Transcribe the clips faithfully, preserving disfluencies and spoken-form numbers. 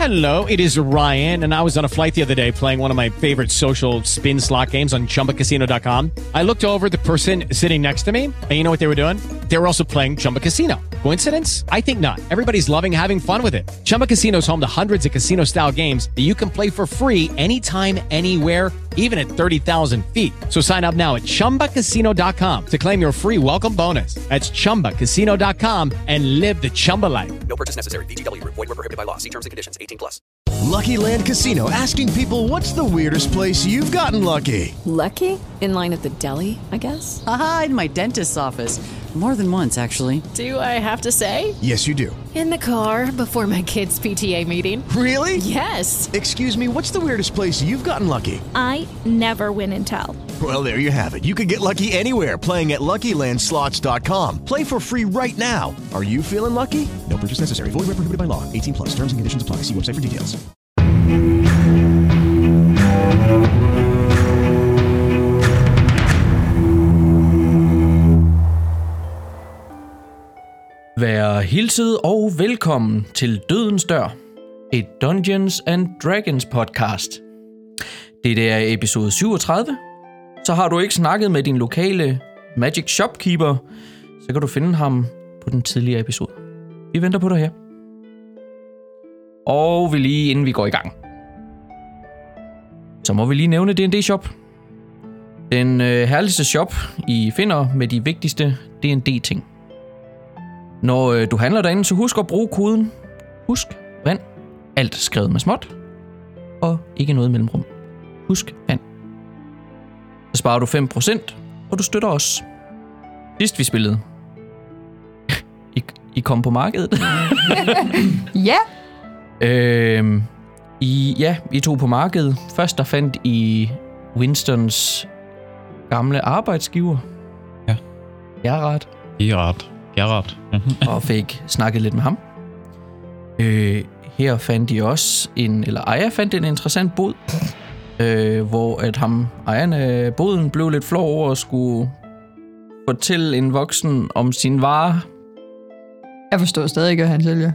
Hello, it is Ryan, and I was on a flight the other day playing one of my favorite social spin slot games on chumba casino dot com. I looked over at the person sitting next to me, and you know what they were doing? They were also playing Chumba Casino. Coincidence? I think not. Everybody's loving having fun with it. Chumba Casino is home to hundreds of casino-style games that you can play for free anytime, anywhere, even at thirty thousand feet. So sign up now at chumba casino dot com to claim your free welcome bonus. That's chumba casino dot com and live the Chumba life. No purchase necessary. V G W. Void where prohibited by law. See terms and conditions. eighteen plus. Lucky Land Casino, asking people, what's the weirdest place you've gotten lucky? Lucky? In line at the deli, I guess? Aha, in my dentist's office. More than once, actually. Do I have to say? Yes, you do. In the car before my kids' P T A meeting. Really? Yes. Excuse me, what's the weirdest place you've gotten lucky? I never win and tell. Well, there you have it. You can get lucky anywhere, playing at lucky land slots dot com. Play for free right now. Are you feeling lucky? No purchase necessary. Void where prohibited by law. eighteen plus. Terms and conditions apply. See website for details. Vær hilset og velkommen til Dødens Dør, et Dungeons and Dragons podcast. Det er episode syvogtredive. Så har du ikke snakket med din lokale Magic Shopkeeper, så kan du finde ham på den tidligere episode. Vi venter på dig her. Og vi lige inden vi går i gang, så må vi lige nævne D and D Shop. Den øh, herligste shop, I finder med de vigtigste D and D ting. Når øh, du handler derinde, så husk at bruge koden Husk Vand. Alt skrevet med småt. Og ikke noget mellemrum. Husk Vand. Så sparer du fem procent, og du støtter os. Sidst vi spillede. I, I kom på markedet. Ja. øhm, I, ja, I tog på markedet. Først der fandt I Winstons gamle arbejdsgiver. Ja. Gerard. Gerard. Gerard. Og fik snakket lidt med ham. Øh, her fandt de også en, eller Aya fandt en interessant bod, øh, hvor at ham, ejeren af boden, blev lidt flov over at skulle fortælle en voksen om sin vare. Jeg forstår stadig ikke, at han sælger.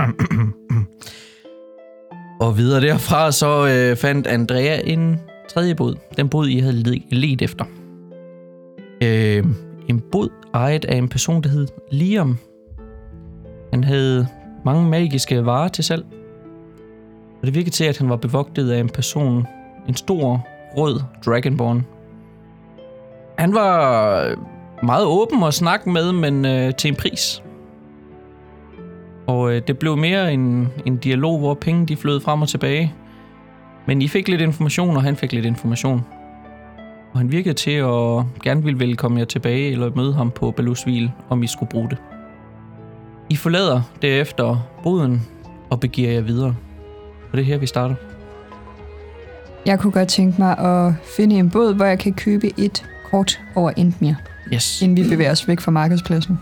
Og videre derfra, så øh, fandt Andrea en tredje bod. Den bod, I havde ledt efter. Øh, en bod ejet af en person, der hed Liam. Han havde mange magiske varer til salg. Og det virkede til, at han var bevogtet af en person, en stor, rød Dragonborn. Han var meget åben at snakke med, men øh, til en pris. Og øh, det blev mere en, en dialog, hvor penge de flød frem og tilbage. Men I fik lidt information, og han fik lidt information. Og han virkede til at gerne ville velkomme jer tilbage eller møde ham på Balusvil, om I skulle bruge det. I forlader derefter boden og begiver jer videre. Og det er her, vi starter. Jeg kunne godt tænke mig at finde en båd, hvor jeg kan købe et kort over Endmir, yes. inden vi bevæger os væk fra markedspladsen.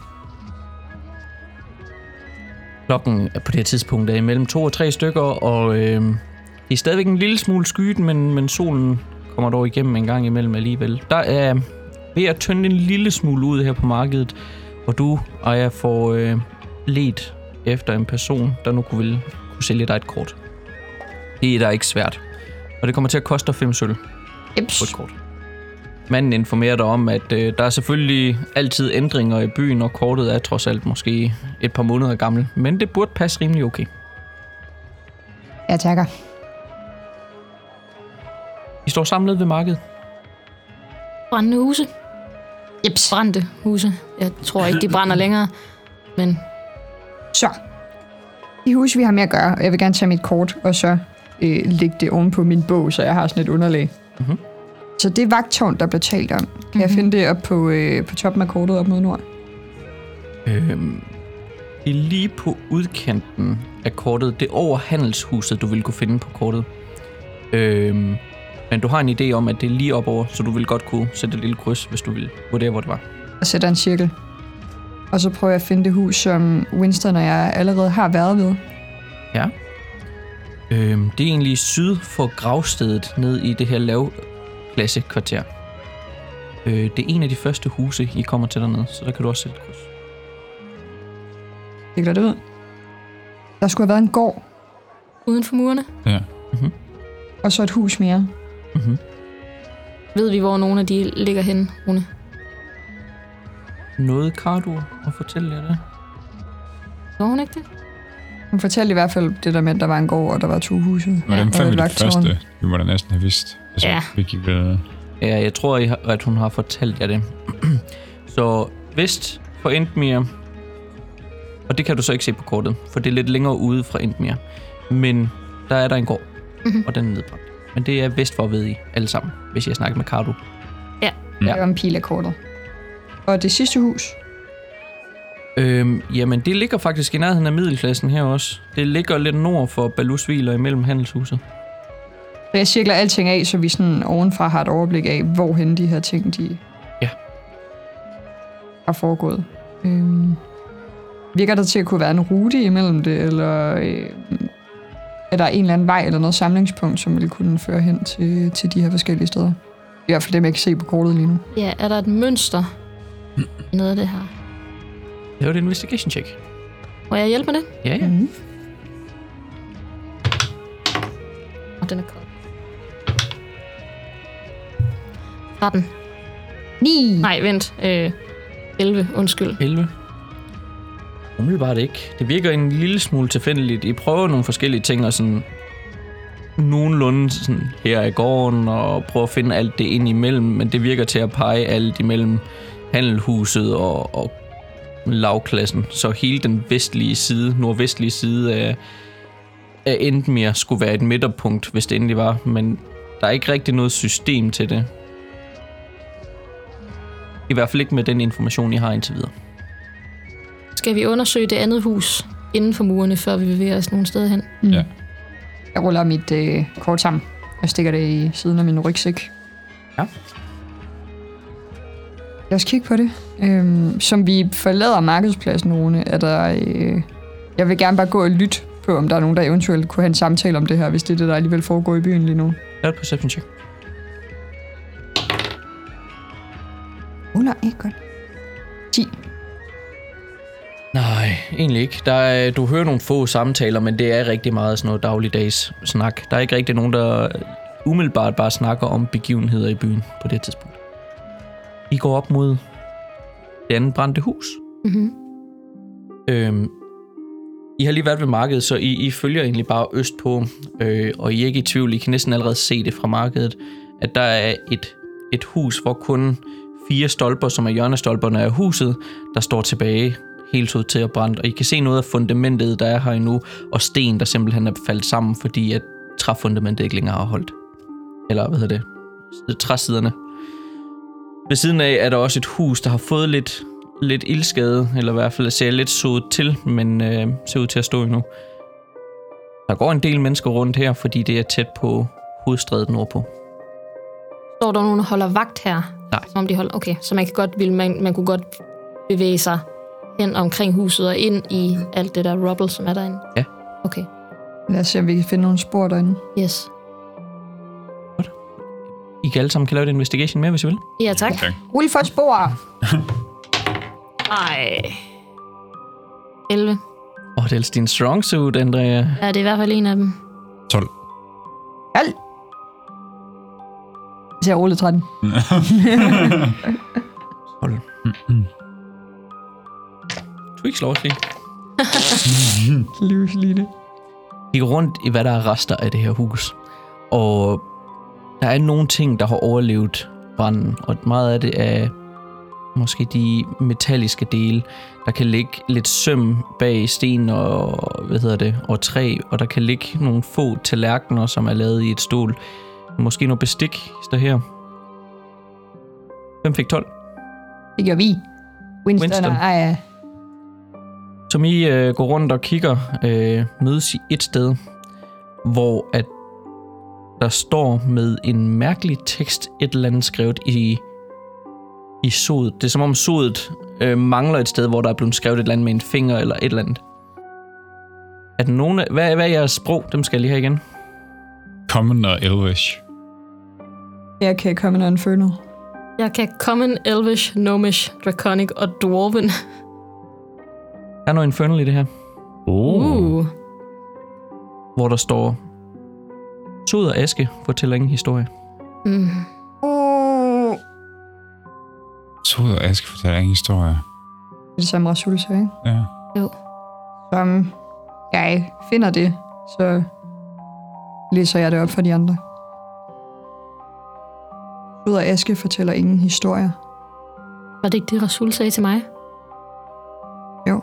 Klokken er på det her tidspunkt er imellem to og tre stykker, og øh, det er stadigvæk en lille smule skyet, men, men solen kommer dog igennem en gang imellem alligevel. Der er ved at tynde en lille smule ud her på markedet, hvor du, Aya, får øh, ledt efter en person, der nu kunne, vil, kunne sælge dig et kort. Det er da ikke svært. Og det kommer til at koste fem sølv på et kort. Manden informerer dig om, at øh, der er selvfølgelig altid ændringer i byen, og kortet er trods alt måske et par måneder gammel. Men det burde passe rimelig okay. Jeg takker. I står samlet ved markedet. Brændende huse. Jeps. Brændte huse. Jeg tror ikke, de brænder længere. Men... Så. De huse, vi har med at gøre, og jeg vil gerne tage mit kort, og så øh, lægge det oven på min bog, så jeg har sådan et underlag. Mm-hmm. Så det vagttårn, der blev talt om. Kan mm-hmm. jeg finde det op på, øh, på toppen af kortet op mod nord? Øhm, det er lige på udkanten af kortet. Det er over handelshuset, du vil kunne finde på kortet. Øhm, men du har en idé om, at det er lige op over, så du vil godt kunne sætte et lille kryds, hvis du vil vurdere, hvor det var. Og sætter en cirkel. Og så prøver jeg at finde det hus, som Winston og jeg allerede har været ved. Ja. Øhm, det er egentlig syd for gravstedet, ned i det her lavklassekvarter. Øh, det er en af de første huse, I kommer til dernede, så der kan du også sætte et kryds. Det gør det ud. Der skulle have været en gård. uden for murene. Ja. Mm-hmm. Og så et hus mere. Mm-hmm. Ved vi, hvor nogle af de ligger henne, Rune? Noget Cardo at fortælle jer det? Var hun ikke det? Hun fortalte i hvert fald det der med, at der var en gård, og der var to huse. Hvordan og fandt vi et det vagtårn. første? Vi må da næsten have vidst. Altså, Ja. vi gik vel... Ja, jeg tror, I har- at hun har fortalt jer det. Så vest for Endmere, og det kan du så ikke se på kortet, for det er lidt længere ude fra Endmere. Men der er der en gård, Mhm. og den er nedbrændt. Men det er vest for, ved I alle sammen, hvis jeg snakker med Cardo. Ja. Det var en pil af kortet. Og det sidste hus, Øhm, jamen, det ligger faktisk i nærheden af middelklassen her også. Det ligger lidt nord for Balusviler imellem handelshuset. så jeg cirkler alting af, så vi sådan ovenfra har et overblik af, hvorhen de her ting, de Ja. har foregået. Øhm, virker der til at kunne være en rute imellem det, eller øh, er der en eller anden vej eller noget samlingspunkt, som vil kunne føre hen til, til de her forskellige steder? I hvert fald dem, jeg kan se på kortet lige nu. Ja, er der et mønster i noget af det her? Det var et investigation check. Må jeg hjælpe med det? Ja, ja. Mm. Og den er kold. tretten. ni! Nej, vent. Øh, elleve, undskyld. elleve. Umiddelbart ikke. Det virker en lille smule tilfældigt. I prøver nogle forskellige ting, og sådan nogenlunde sådan, her er gården, og prøver at finde alt det ind imellem, men det virker til at pege alt imellem handelhuset og, og lavklassen. Så hele den vestlige side, nordvestlige side af, af Endmere skulle være et midterpunkt, hvis det endelig var, men der er ikke rigtig noget system til det. I hvert fald ikke med den information, I har indtil videre. Skal vi undersøge det andet hus inden for murene, før vi bevæger os nogle steder hen? Mm. Ja. Jeg ruller mit øh, kort sammen. Jeg stikker det i siden af min rygsæk. Ja. Lad os kigge på det. Øhm, som vi forlader markedspladsen, Rune, er der... Øh, jeg vil gerne bare gå og lytte på, om der er nogen, der eventuelt kunne have en samtale om det her, hvis det er det, der alligevel foregår i byen lige nu. Lav et perception check. Uh, nej, ikke godt. ti. Nej, egentlig ikke. Der er, du hører nogle få samtaler, men det er rigtig meget sådan noget dagligdags snak. Der er ikke rigtig nogen, der umiddelbart bare snakker om begivenheder i byen på det tidspunkt. I går op mod det andet brændte hus. Mm-hmm. Øhm, I har lige været ved markedet, så I, I følger egentlig bare østpå, øh, og I er ikke i tvivl. I kan næsten allerede se det fra markedet, at der er et, et hus, hvor kun fire stolper, som er hjørnestolperne af huset, der står tilbage helt ud til at brænde. Og I kan se noget af fundamentet, der er her endnu, og sten, der simpelthen er faldet sammen, fordi at træfundamentet ikke længere har holdt. Eller hvad hedder det? Træsiderne. Ved siden af er der også et hus, der har fået lidt, lidt ildskade, eller i hvert fald ser lidt sodet til, men øh, ser ud til at stå endnu. Der går en del mennesker rundt her, fordi det er tæt på hovedstrædet nordpå. Står der nogen, der holder vagt her? Nej. Som om de holder... Okay, så man, kan godt, vil, man, man kunne godt bevæge sig hen omkring huset og ind i alt det der rubble, som er derinde? Ja. Okay, Lad os se, om vi kan finde nogle spor derinde. yes. I kan alle sammen kan lave et investigation mere, hvis I vil. Ja, tak. Okay. Rul for spor! Ej. elleve. Åh, oh, det er din strong suit, Andrea. Ja, det er i hvert fald en af dem. tolv. Halv! Så jeg rullede tretten. Hold. Tweak slår også lige. Livsline. De går rundt i, hvad der er rester af det her hus. Og der er nogle ting, der har overlevet branden. Og meget af det er måske de metalliske dele. Der kan ligge lidt søm bag sten og, hvad hedder det, og træ. Og der kan ligge nogle få tallerkener, som er lavet i et stål. Måske noget bestik, der her. Hvem fik tolv? Det gør vi. Winston, Winston. og Aya. Som I øh, går rundt og kigger, øh, mødes I et sted, hvor at der står med en mærkelig tekst et eller andet skrevet i, i sodet. Det er som om sodet øh, mangler et sted, hvor der er blevet skrevet et eller andet med en finger eller et eller andet. Er den nogen af, hvad, hvad er jeres sprog? Dem skal jeg lige have igen. Common og Elvish. Jeg kan komme noget Infernal. Jeg kan Common, Elvish, Gnomish, Draconic og Dwarven. Der er noget infernal i det her. Oh. Uh. hvor der står, sod og aske fortæller ingen historie. Mm. Uh. Sod og aske fortæller ingen historie. Det er det samme Rasul sagde, ikke? Ja. Jo. Som jeg finder det, så læser jeg det op for de andre. Sod og aske fortæller ingen historier. Var det ikke det, Rasul sagde til mig? Jo.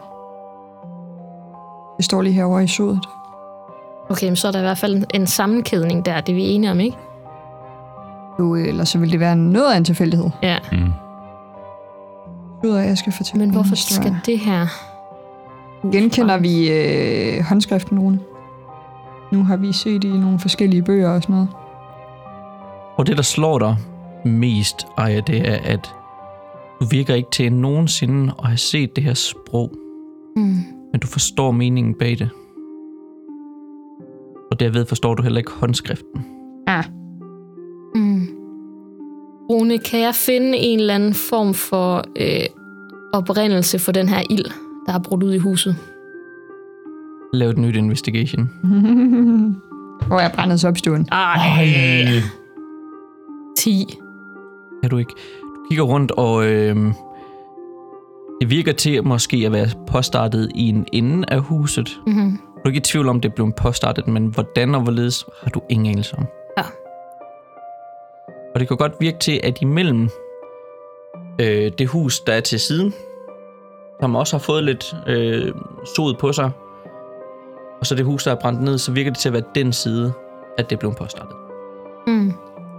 Det står lige herovre i sodet. Okay, men så er der i hvert fald en, en sammenkædning der, det er vi enige om, ikke? Jo, ellers så vil det være noget af en tilfældighed. Ja. Mm. Sod og aske fortæller Men hvorfor ingen historier. skal det her... Genkender vi øh, håndskriften, Rune? Nu har vi set i nogle forskellige bøger og sådan noget. Og det, der slår dig mest, Aya, det er, at du virker ikke til nogensinde at have set det her sprog. Mm. Men du forstår meningen bag det. Og derved forstår du heller ikke håndskriften. Ah. Mm. Rune, kan jeg finde en eller anden form for øh, oprindelse for den her ild, der har brudt ud i huset? Lav et nyt investigation. Hvor er brændets opstuen? Ej. ti. Kan du ikke? Du kigger rundt, og øh, det virker til måske at være påstartet i en ende af huset. Mm-hmm. Du er ikke i tvivl om, det blev påstartet, men hvordan og hvorledes har du ingen anelse om. Ja. Og det kan godt virke til, at imellem øh, det hus, der er til siden, som også har fået lidt øh, sod på sig, og så det hus, der er brændt ned, så virker det til at være den side, at det blev påstartet. Mm.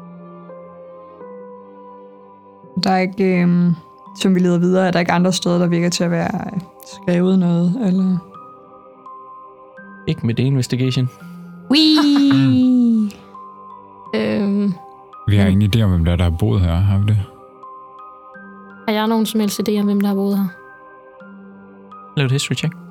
Der er ikke, øh, som vi leder videre, er der ikke andre steder, der virker til at være skrevet noget, eller... Ikke med det investigation. Wee! øhm, Vi har ingen idé om, hvem der er, der har boet her, har vi det? har jeg nogen som helst idé om, hvem der har boet her? Lav et history check.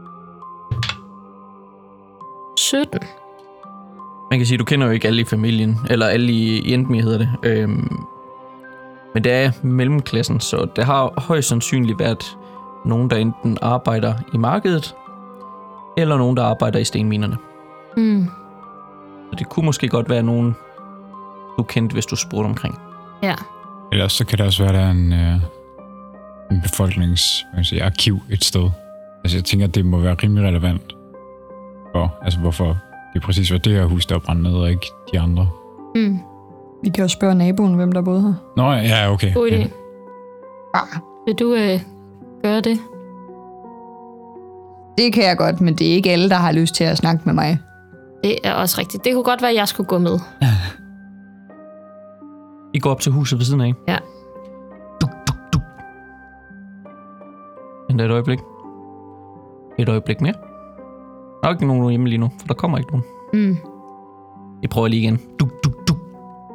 sytten. Man kan sige, du kender jo ikke alle i familien, eller alle i Endmi hedder det. Øhm, men det er mellemklassen, så der har højst sandsynligt været nogen, der enten arbejder i markedet, eller nogen, der arbejder i stenminerne. Mm. Så det kunne måske godt være nogen, du kendte, hvis du spurgte omkring. Ja. Ellers så kan det også være, der er en, øh, en befolknings hvad man siger, arkiv et sted. Altså jeg tænker, at det må være rimelig relevant for, altså hvorfor det præcis var det her hus, der brændte ned, og ikke de andre. Mm. Vi kan også spørge naboen, hvem der boede her. Nå, ja, okay. God idé. Ja. Ah, Vil du øh, gøre det? det kan jeg godt, men det er ikke alle, der har lyst til at snakke med mig. Det er også rigtigt. Det kunne godt være, at jeg skulle gå med. I går op til huset ved siden af. Ja. Duk, duk, duk. Vent et øjeblik. Et øjeblik mere. Der er ikke nogen hjemme lige nu, for der kommer ikke nogen. Mm. Vi prøver lige igen. Duk, duk, duk.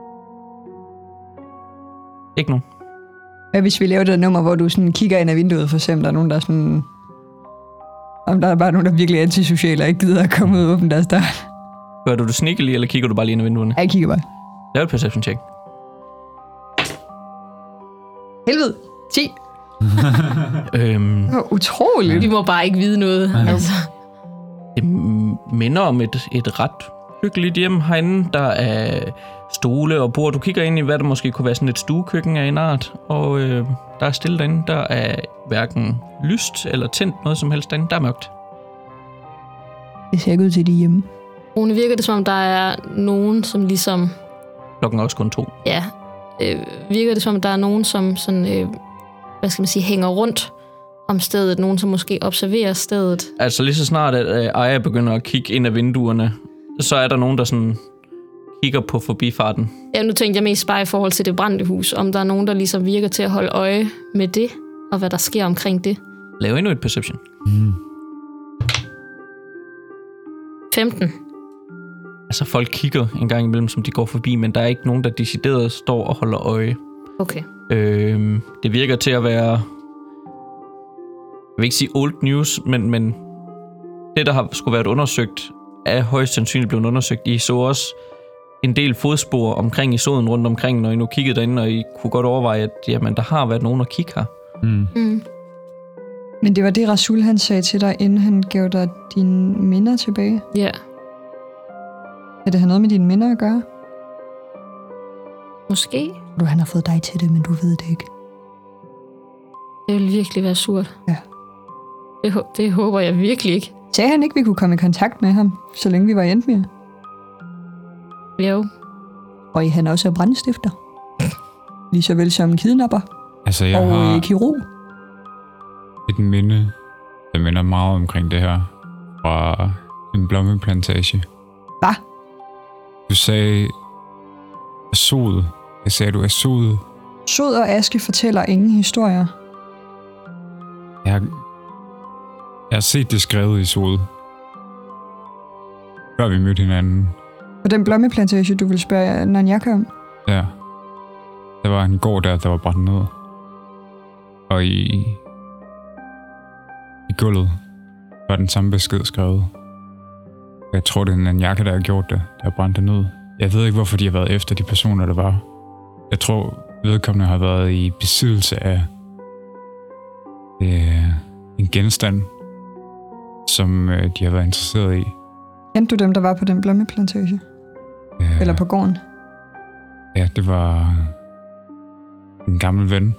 Ikke nogen. Hvad hvis vi laver det nummer, hvor du sådan kigger ind ad vinduet, for eksempel, der er nogen, der er sådan... Om der er bare nogen, der er virkelig antisociale og ikke gider at komme ud og åbne deres dør. Gør du det sneakily, eller kigger du bare lige ind ad vinduerne? Jeg kigger bare. Lav et perception check. Helvede! ti! øhm, Det var utroligt. Vi må bare ikke vide noget. Altså. det minder om et, et ret hyggeligt hjem herinde. Der er stole og bord. Du kigger ind i, hvad der måske kunne være sådan et stuekøkken af en art. Og øh, der er stille derinde. Der er hverken lyst eller tændt noget som helst derinde. Der er mørkt. Det ser ikke ud til, de hjemme. Rune, virker det som om, der er nogen, som ligesom... Klokken er også kun to. Ja. Øh, virker det som om, der er nogen, som sådan... Øh, hvad skal man sige, hænger rundt om stedet. Nogen, som måske observerer stedet. Altså lige så snart, at øh, Aya begynder at kigge ind ad vinduerne, så er der nogen, der sådan kigger på forbifarten. Ja, nu tænkte jeg mest bare i forhold til det brændte hus. Om der er nogen, der ligesom virker til at holde øje med det, og hvad der sker omkring det. Lav endnu et perception. Mm. femten. Altså folk kigger en gang imellem, som de går forbi, men der er ikke nogen, der decideret står og holder øje. Okay. Øh, det virker til at være, jeg vil ikke sige old news, men, men det, der har skulle været undersøgt, er højst sandsynligt blevet undersøgt. I så også en del fodspor omkring i soden rundt omkring, når I nu kiggede derinde, og I kunne godt overveje, at jamen, der har været nogen at kigge her. Mm. Mm. Men det var det, Rasul han sagde til dig, inden han gav dig dine minder tilbage. Ja. Kan det have noget med dine minder at gøre? Måske. Du, han har fået dig til det, men du ved det ikke. Det vil virkelig være surt. Ja. Det, det håber jeg virkelig ikke. Sagde han ikke, vi kunne komme i kontakt med ham, så længe vi var i Endmere? Jo. Og I han også er brandstifter. Lige så vel som kidnapper. Altså, jeg og har øh, kirurg. et minde, der minder meget omkring det her, fra en blommeplantage. Hvad? Du sagde sod. Jeg sagde, du er sod. Sod og aske fortæller ingen historier. Jeg har, jeg har set det skrevet i sod. Før vi mødte hinanden. På den blommeplantage, du vil spørge Nanjaka om? Ja. Der var en gård der, der var brændt ned. Og i, i gulvet var den samme besked skrevet. Jeg tror, det er en jakke, der har gjort det, der har brændt det ned. Jeg ved ikke, hvorfor de har været efter de personer, der var. Jeg tror, vedkommende har været i besiddelse af øh, en genstand, som øh, de har været interesseret i. Kendte du dem, der var på den blommeplantage? Øh, Eller på gården? Ja, det var en gammel ven,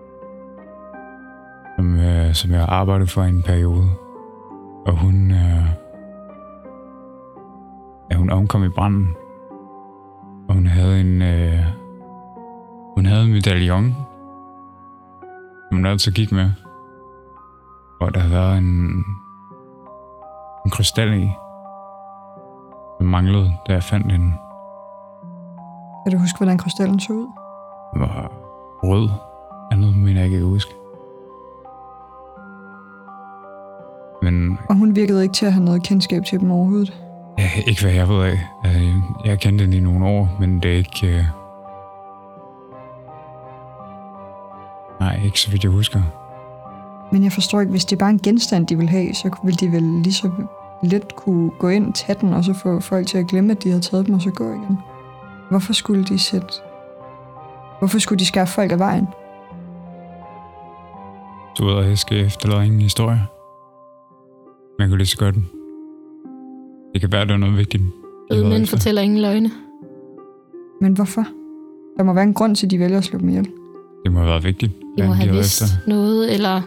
som, øh, som jeg har arbejdet for i en periode. Og hun, øh, ja, hun omkom i branden. Og hun havde en, øh, hun havde en medaljon, som hun altid gik med. Og der havde været en, en krystal i, som manglede, da jeg fandt hende. Kan du huske, hvordan krystallen så ud? Den var rød. Andet mener jeg ikke, jeg kan huske. Men Og hun virkede ikke til at have noget kendskab til dem overhovedet. ja, ikke hvad jeg ved af. Altså, jeg har kendt hende i nogle år, men det er ikke... Øh... Nej, ikke så vidt jeg husker. Men jeg forstår ikke, hvis det er bare en genstand, de vil have, så vil de vel lige så let kunne gå ind, tage den, og så få folk til at glemme, at de havde taget dem, og så gå igen. Hvorfor skulle de sætte... Hvorfor skulle de skaffe folk af vejen? Du ved, at jeg skal efterlade ingen historie. Men jeg kunne lige så godt. Det kan være, at det er noget vigtigt. Døde mænd fortæller ingen løgne. Men hvorfor? Der må være en grund til, at de vælger at slå dem ihjel. Det må have været vigtigt. De må have vidst noget, eller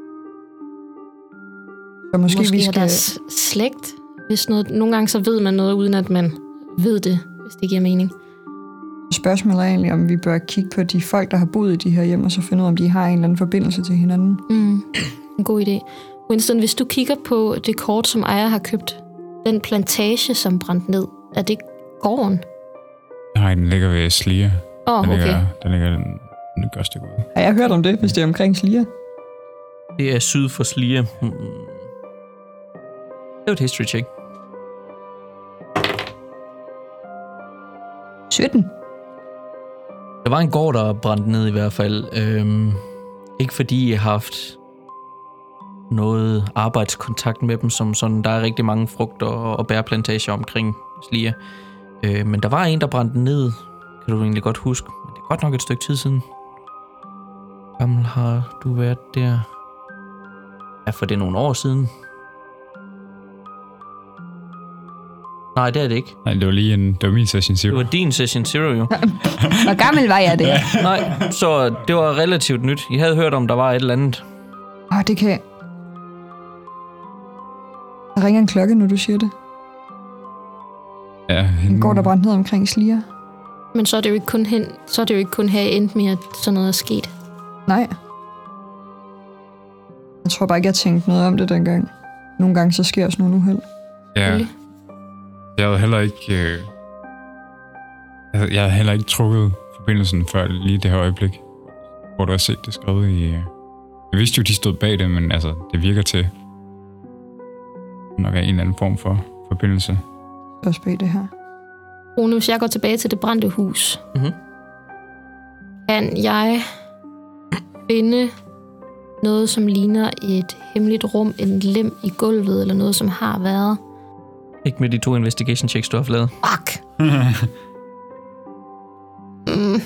Så måske, måske vi skal... skal... deres slægt. Hvis noget, nogle gange så ved man noget, uden at man ved det, hvis det giver mening. Spørgsmålet er egentlig, om vi bør kigge på de folk, der har boet i de her hjem, og så finde ud af, om de har en eller anden forbindelse til hinanden. Mm. En god idé. Winston, hvis du kigger på det kort, som Aya har købt, den plantage, som brændte ned, er det gården? Nej, den ligger ved Slia. Åh, oh, den ligger, okay. Den ligger den, den gør stykke ud. Har jeg hørt om det, hvis det er omkring Slia? Det er syd for Slia. Hmm. Det er et history check. sytten. Der var en gård, der brændte ned i hvert fald. Øhm, ikke fordi jeg har haft noget arbejdskontakt med dem, som sådan, der er rigtig mange frugter og bærplantager omkring Slia. Øh, men der var en, der brændte ned, kan du egentlig godt huske. Men det er godt nok et stykke tid siden. Hvor gammel har du været der? Ja, for det er nogle år siden. Nej, det er det ikke. Nej, det var lige en, det var min session zero. Det var din session zero, jo. Hvor gammel var jeg der? Nej, så det var relativt nyt. I havde hørt om, der var et eller andet. Åh, oh, det kan... Der ringer en klokke, når du siger det. Ja, hende... En gård, der brændte ned omkring Slia. Men så er det jo ikke kun hen, så er det jo ikke kun her endt med, at sådan noget er sket. Nej. Jeg tror bare ikke, jeg tænkte noget om det dengang. Nogle gange så sker også nogle uheld. Ja. Jeg havde heller ikke... Øh... Jeg, havde, jeg havde heller ikke trukket forbindelsen før lige det her øjeblik, hvor du har set det skrevet i... Øh... Jeg vidste jo, de stod bag det, men altså, det virker til nok er en eller anden form for forbindelse. Også bag det her. Rune, hvis jeg går tilbage til det brændte hus, mm-hmm. kan jeg finde noget, som ligner et hemmeligt rum, en lem i gulvet, eller noget, som har været? Ikke med de to investigation checks, du har lavet. Fuck! mm.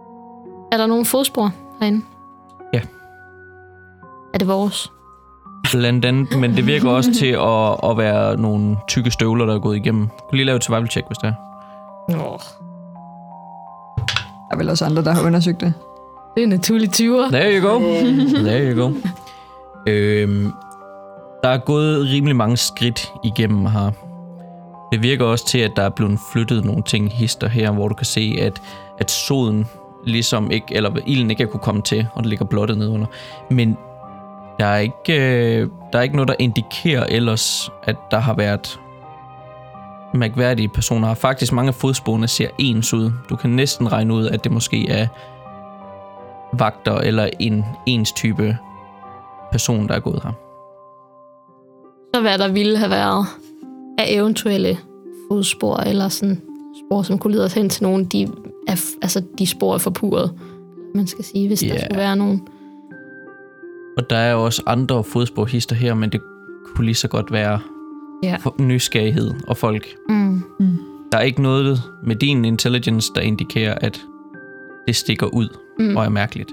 Er der nogle fodspor herinde? Ja. Er det vores? Blandt andet, men det virker også til at, at være nogle tykke støvler, der er gået igennem. Du kan lige lave et survival check, hvis det er. Nå, Der er vel også andre, der har undersøgt det. det er naturligt tyver. There you go. There you go. Øhm, der er gået rimelig mange skridt igennem her. Det virker også til, at der er blevet flyttet nogle ting hister her, hvor du kan se, at, at soden ligesom ikke, eller ilden ikke er kunne komme til, og det ligger blottet nedunder. Men der er ikke, øh, der er ikke noget, der indikerer ellers, at der har været mærkværdige personer. Faktisk mange af fodsporene ser ens ud. Du kan næsten regne ud, at det måske er vagter eller en ens type person, der er gået her. Så hvad der ville have været af eventuelle fodspor, eller sådan spor, som kunne lede os hen til nogen, de, er, altså, de spor er forpurret, man skal sige, hvis yeah. der skulle være nogen. Og der er også andre fodsporhister her, men det kunne lige så godt være yeah. nysgerrighed og folk. Mm. Mm. Der er ikke noget med din intelligence, der indikerer, at det stikker ud mm. og er mærkeligt.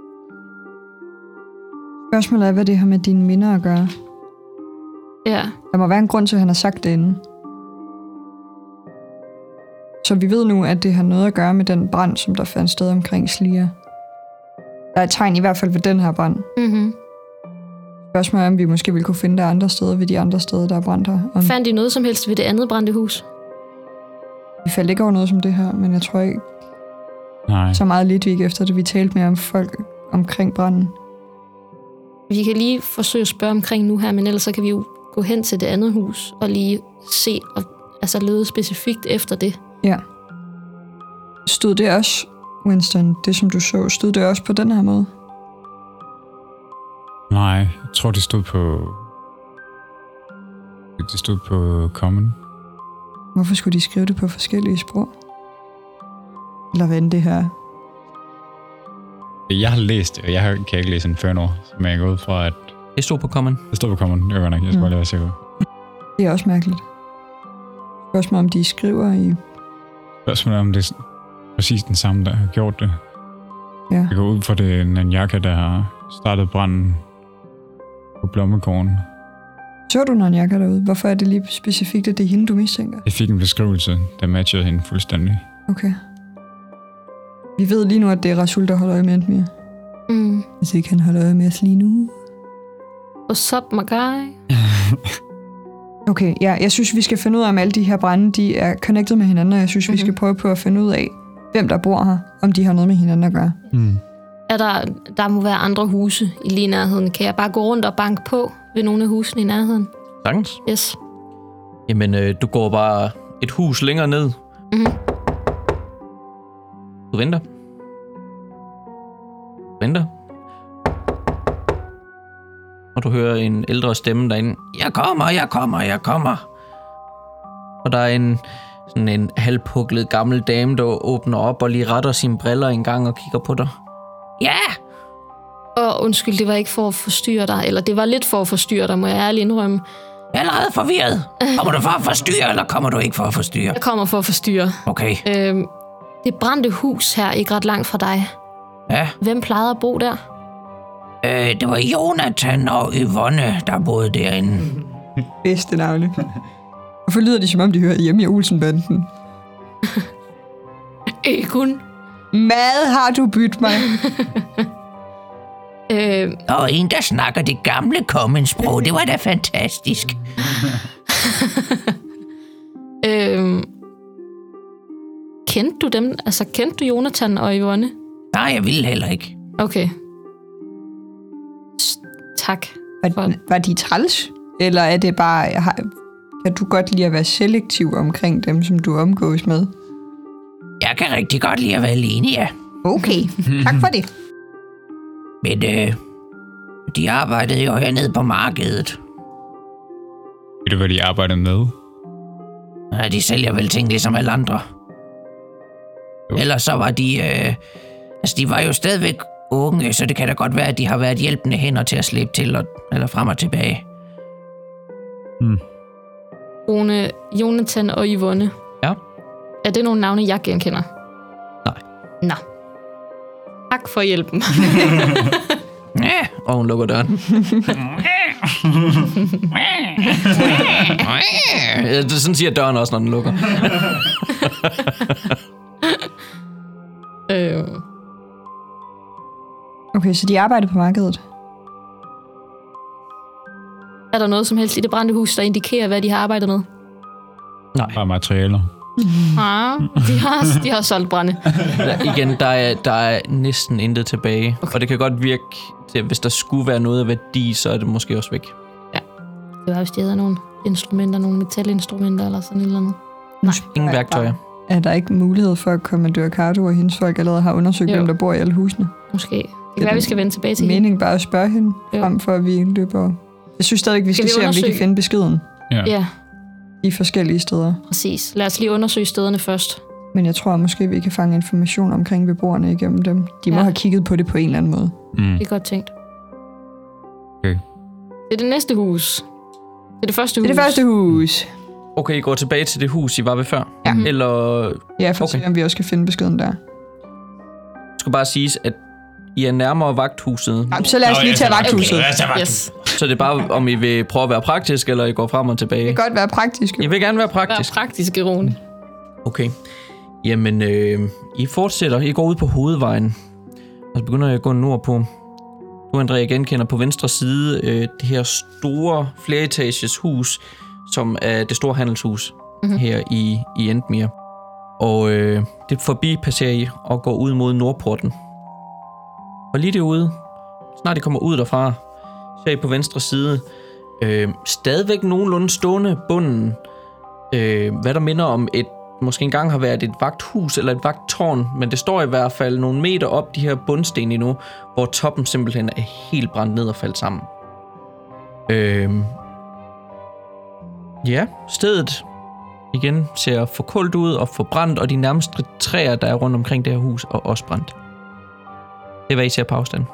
Spørgsmålet er, hvad det har med dine minder at gøre. Ja. Der må være en grund til, at han har sagt det inden. Så vi ved nu, at det har noget at gøre med den brand, som der fandt sted omkring Slier. Der er et tegn i hvert fald ved den her brand. Mm-hmm. Spørgsmålet er, om vi måske ville kunne finde det andre steder ved de andre steder, der er brændt her. Om... Fandt I noget som helst ved det andet brændte hus? Vi faldt ikke over noget som det her, men jeg tror ikke Nej. så meget lidt, vi ikke efter det. Vi talte mere om folk omkring branden. Vi kan lige forsøge at spørge omkring nu her, men ellers så kan vi jo gå hen til det andet hus og lige se og altså lede specifikt efter det. Ja. Stod det også, Winston, det som du så, stod det også på den her måde? Nej, jeg tror, det stod på... Det stod på Common. Hvorfor skulle de skrive det på forskellige sprog? Eller hvad end det her? Jeg har læst det, og jeg kan ikke læse Inferno, som jeg er gået fra, at... Det stod på Common. Det stod på Common, det var godt nok. Jeg skal mm. bare lige være sikker. Det er også mærkeligt. Spørgsmål om de skriver i... Spørgsmålet om det er præcis den samme, der har gjort det. Ja. Jeg går ud fra det er Nanjaka, der har startet branden på Blommegården. Så du Nanjaka derude? Hvorfor er det lige specifikt, at det er hende, du mistænker? Jeg fik en beskrivelse, der matchede hende fuldstændig. Okay. Vi ved lige nu, at det er Rasul, der holder øje med Antmir. Mm. Hvis ikke han holder øje med os lige nu. What's up, my guy? Okay, ja, jeg synes, vi skal finde ud af, om alle de her brænde, de er connected med hinanden, og jeg synes, mm-hmm. vi skal prøve på at finde ud af, hvem der bor her, om de har noget med hinanden at gøre. Mm. Er der, der må være andre huse i lige nærheden. Kan jeg bare gå rundt og banke på ved nogle af husene i nærheden? Sagtens. Yes. Jamen, øh, du går bare et hus længere ned. Mm-hmm. Du venter. Venter. Og du hører en ældre stemme derinde. Jeg kommer, jeg kommer, jeg kommer. Og der er en, sådan en halvpuklet gammel dame, der åbner op og lige retter sine briller en gang og kigger på dig. Ja! Og undskyld, det var ikke for at forstyrre dig. Eller det var lidt for at forstyrre dig, må jeg ærligt indrømme. Jeg er allerede forvirret. Kommer du for at forstyrre, eller kommer du ikke for at forstyrre? Jeg kommer for at forstyrre. Okay. Øhm, det brændte hus her, ikke ret langt fra dig. Ja. Hvem plejede at bo der? Øh, det var Jonathan og Yvonne, der boede derinde. Bedste navne. Hvorfor lyder de, som om de hører hjemme i Olsenbanden? Ikke kun. Mad har du byttet mig. øh, og en, der snakker det gamle Common-sprog. Det var da fantastisk. øh, kendte du dem? Altså, kendte du Jonathan og Yvonne? Nej, jeg ville heller ikke. Okay. Tak. Var, var de træls? Eller er det bare... Har, kan du godt lide at være selektiv omkring dem, som du omgås med? Jeg kan rigtig godt lide at være alene, ja. Okay, tak for det. Men øh, de arbejdede jo hernede på markedet. Ved du, hvad de arbejdede med? Ja, de sælger vel ting ligesom alle andre. Jo. Ellers så var de... Øh, altså, de var jo stadigvæk unge, så det kan da godt være, at de har været hjælpende hænder til at slæbe til, og, eller frem og tilbage. Hmm. Rune, Jonathan og Yvonne. Ja. Er det nogle navne, jeg genkender? Nej. Nå. Tak for hjælpen. Ja, og hun lukker døren. Ja, sådan siger døren også, når den lukker. øh. Okay, så de arbejder på markedet? Er der noget som helst i det brændte hus, der indikerer, hvad de har arbejdet med? Nej. Bare materialer. Ah, de har, de har solgt brænde. Der, igen, der er, der er næsten intet tilbage. Okay. Og det kan godt virke, at hvis der skulle være noget af værdi, så er det måske også væk. Ja. Det var, hvis de havde nogle instrumenter, nogle metalinstrumenter eller sådan et eller andet. Nej. Ingen værktøjer. Er der ikke mulighed for, at Kommandør Cardo og hendes folk allerede har undersøgt, jo. hvem der bor i alle husene? Måske. Det kan være, vi skal vende tilbage til mening bare at spørge hende, jo. frem for at vi løber. Jeg synes stadig, vi skal, skal vi se, om vi kan finde beskeden. Ja. ja. I forskellige steder. Præcis. Lad os lige undersøge stederne først. Men jeg tror måske, vi kan fange information omkring beboerne igennem dem. De må ja. have kigget på det på en eller anden måde. Mm. Det er godt tænkt. Okay. Det er det næste hus. Det er det første hus. Det er det første hus. Okay, I går tilbage til det hus, I var ved før? Ja. Eller... Ja, for okay. at se, om vi også kan finde beskeden der. Det skal bare siges, at I er nærmere vagthuset. Ja, så lad os lige tage vagthuset. Okay. Yes. Så det er bare, om I vil prøve at være praktisk, eller I går frem og tilbage? Det kan godt være praktisk. Jeg vil gerne være praktisk. Være praktisk, Rune. Okay. Jamen, øh, I fortsætter. I går ud på hovedvejen. Og så begynder jeg at gå nordpå. Du, Andrea, genkender på venstre side øh, det her store fleretages hus, som er det store handelshus mm-hmm. her i, i Endmere. Og øh, det forbi passerer I og går ud mod Nordporten. Og lige derude, snart I kommer ud derfra, ser I på venstre side, øh, stadigvæk nogenlunde stående bunden, øh, hvad der minder om et, måske engang har været et vagthus eller et vagttårn, men det står i hvert fald nogle meter op, de her bundsten endnu, hvor toppen simpelthen er helt brændt ned og faldt sammen. Øh, ja, stedet igen ser forkuldt ud og forbrændt, og de nærmeste træer, der er rundt omkring det her hus, er også brændt. Det er, hvad I ser på afstand.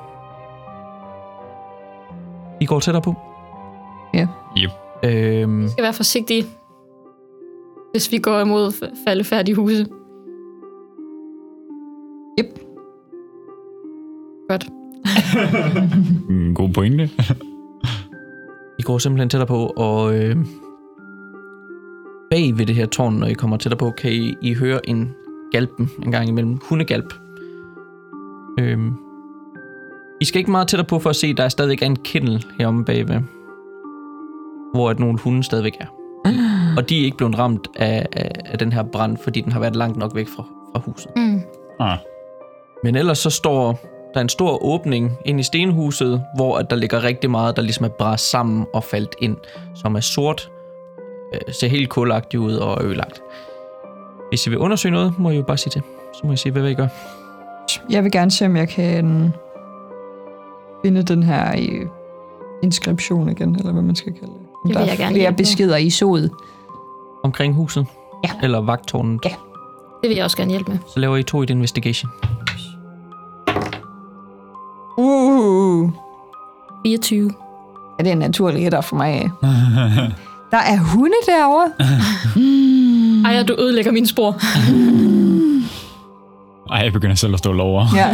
I går tættere på? Ja. Yep. Øhm, vi skal være forsigtige, hvis vi går imod faldefærdige huse. Yep. Godt. God pointe. I går simpelthen tættere på, og øh, bag ved det her tårn, når I kommer tættere på, kan I, I høre en galpen en gang imellem. Hundegalp. Øhm, I skal ikke meget tættere på for at se, at der stadigvæk er en kennel heromme bagved, hvor at nogle hunde stadigvæk er. Og de er ikke blevet ramt af, af, af den her brand, fordi den har været langt nok væk fra, fra huset. Mm. Ah. Men ellers så står der en stor åbning ind i stenhuset, hvor at der ligger rigtig meget, der ligesom er bræst sammen og faldt ind, som er sort, øh, ser helt kulagtigt ud og ødelagt. Hvis I vil undersøge noget, må I jo bare sige til. Så må I sige, hvad vil I gøre? Jeg vil gerne se, om jeg kan finde den her øh, inskription igen, eller hvad man skal kalde det. Om det der vil jeg er gerne flere beskeder i sodet. Omkring huset? Ja. Eller vagttårnet? Ja. Det vil jeg også gerne hjælpe med. Så laver I to i et investigation. Uh. fireogtyve. Ja, det er en naturlig hætter for mig. Der er hunde derovre. mm. Ej, du ødelægger mine spor. Ej, jeg begynder selv at stå lover. Ja.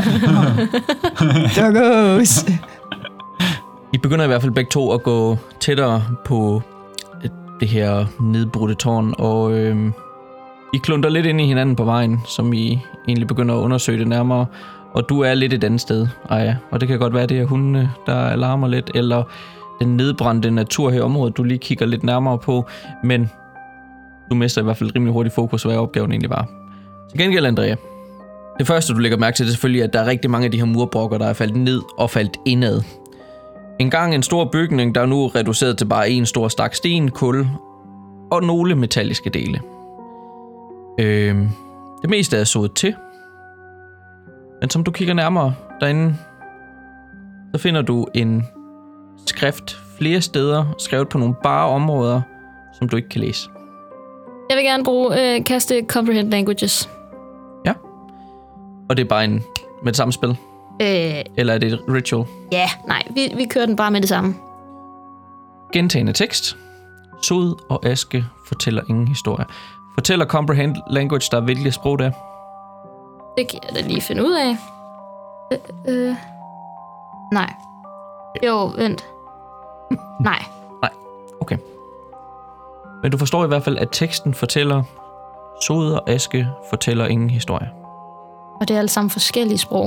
Doggos. I begynder i hvert fald begge to at gå tættere på det her nedbrudte tårn, og øh, I klunter lidt ind i hinanden på vejen, som I egentlig begynder at undersøge det nærmere. Og du er lidt et andet sted, Aya. Og det kan godt være, det er hundene, der larmer lidt, eller den nedbrændte natur her i området, du lige kigger lidt nærmere på. Men du mister i hvert fald rimelig hurtigt fokus, hvad opgaven egentlig var. Til gengæld, Andrea. Det første, du lægger mærke til, det er selvfølgelig, at der er rigtig mange af de her murbrokker, der er faldet ned og faldt indad. En gang en stor bygning, der er nu reduceret til bare en stor stak sten, kul og nogle metalliske dele. Øh, det meste er sået til. Men som du kigger nærmere derinde, så finder du en skrift flere steder, skrevet på nogle bare områder, som du ikke kan læse. Jeg vil gerne bruge øh, kaste Comprehend Languages. Ja. Og det er bare en med det samme spil? Øh, Eller er det et ritual? Ja, nej, vi, vi kører den bare med det samme. Gentagende tekst. Sod og aske fortæller ingen historie. Fortæller Comprehend Language der, hvilket sprog det er? Det kan jeg da lige finde ud af. Øh, øh. Nej. Jo, vent. Nej. Nej, okay. Men du forstår i hvert fald, at teksten fortæller, sod og aske fortæller ingen historie. Og det er alle sammen forskellige sprog.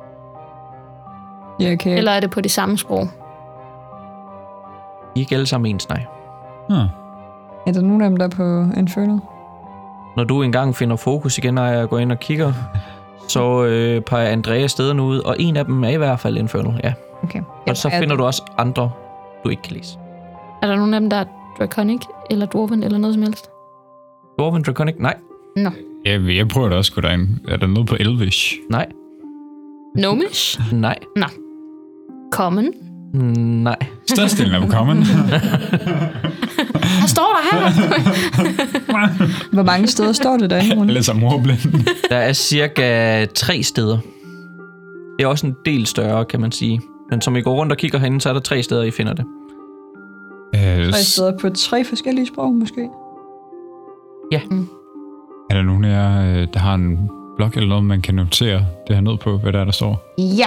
Ja, okay. Eller er det på de samme sprog? I er ikke alle sammen ens, nej. Hmm. Er der nogen af dem, der er på Infernal? Når du engang finder fokus igen, og jeg går ind og kigger, så øh, peger Andrea stederne ud, og en af dem er i hvert fald Infernal, ja. Okay. Og så finder du også andre, du ikke kan læse. Er der nogen af dem, der er Draconic, eller Dwarven, eller noget som helst? Dwarven, Draconic? Nej. Nå. Jeg, jeg prøver da også gå derind. Er der noget på Elvish? Nej. Gnomish? Nej. Nå. Common? Nej. Størstedelen er på Common. Hvad står der her? Hvor mange steder står det derinde? Eller så morblind. Der er cirka tre steder. Det er også en del større, kan man sige. Men som I går rundt og kigger herinde, så er der tre steder, I finder det. Øh, Tre steder på tre forskellige sprog, måske? Ja. Mm. Er der nogen af jer, der har en blog eller noget, man kan notere det her ned på, hvad der er, der står? Ja.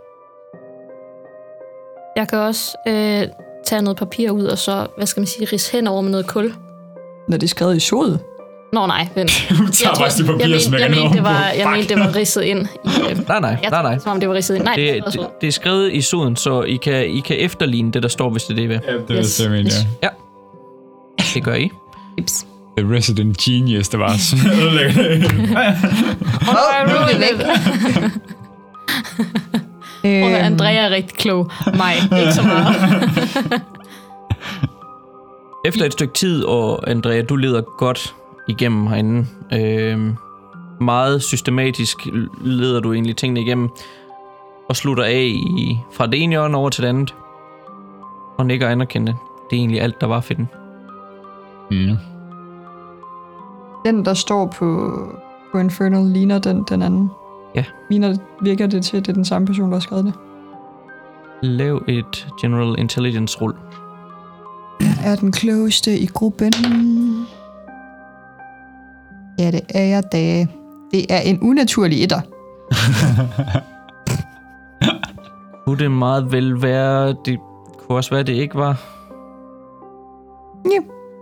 Jeg kan også øh, tage noget papir ud, og så, hvad skal man sige, ridse hen over med noget kul. Når det er skrevet i sod? Nå nej, vent. Du tager bare det papir, jeg, som men, jeg jeg, kan mente, det nå var, på. jeg mente, det var ridset ind. I, øh, Nej, nej, jeg nej, nej. Som om det var ridset ind. Nej, Det, det, det, det, det er skrevet i soden, så I kan, I kan efterligne det, der står, hvis det er det, I vil. Ja, det er Yes. det, jeg mener, ja. Ja. Det gør I. Tips. The Resident Genius, der var så ødelæggende. Åh, nu er det væk. Og Andrea er rigtig klog. Mig, ikke så meget. Efter et stykke tid, og Andrea, du leder godt igennem herinde. Øh, meget systematisk leder du egentlig tingene igennem, og slutter af i, fra det ene hjørne over til det andet. Og nikker anerkendte. Det er egentlig alt, der var for den. Mm. Den, der står på, på Infernal, ligner den, den anden. Ja. Ligner, virker det til, at det er den samme person, der har skrevet det? Lav et General Intelligence-rul. Jeg er den klogeste i gruppen. Ja, det er jeg da. Det er en unaturlig etter. Kunne det meget vel være... Det kunne også være, det ikke var... Ja.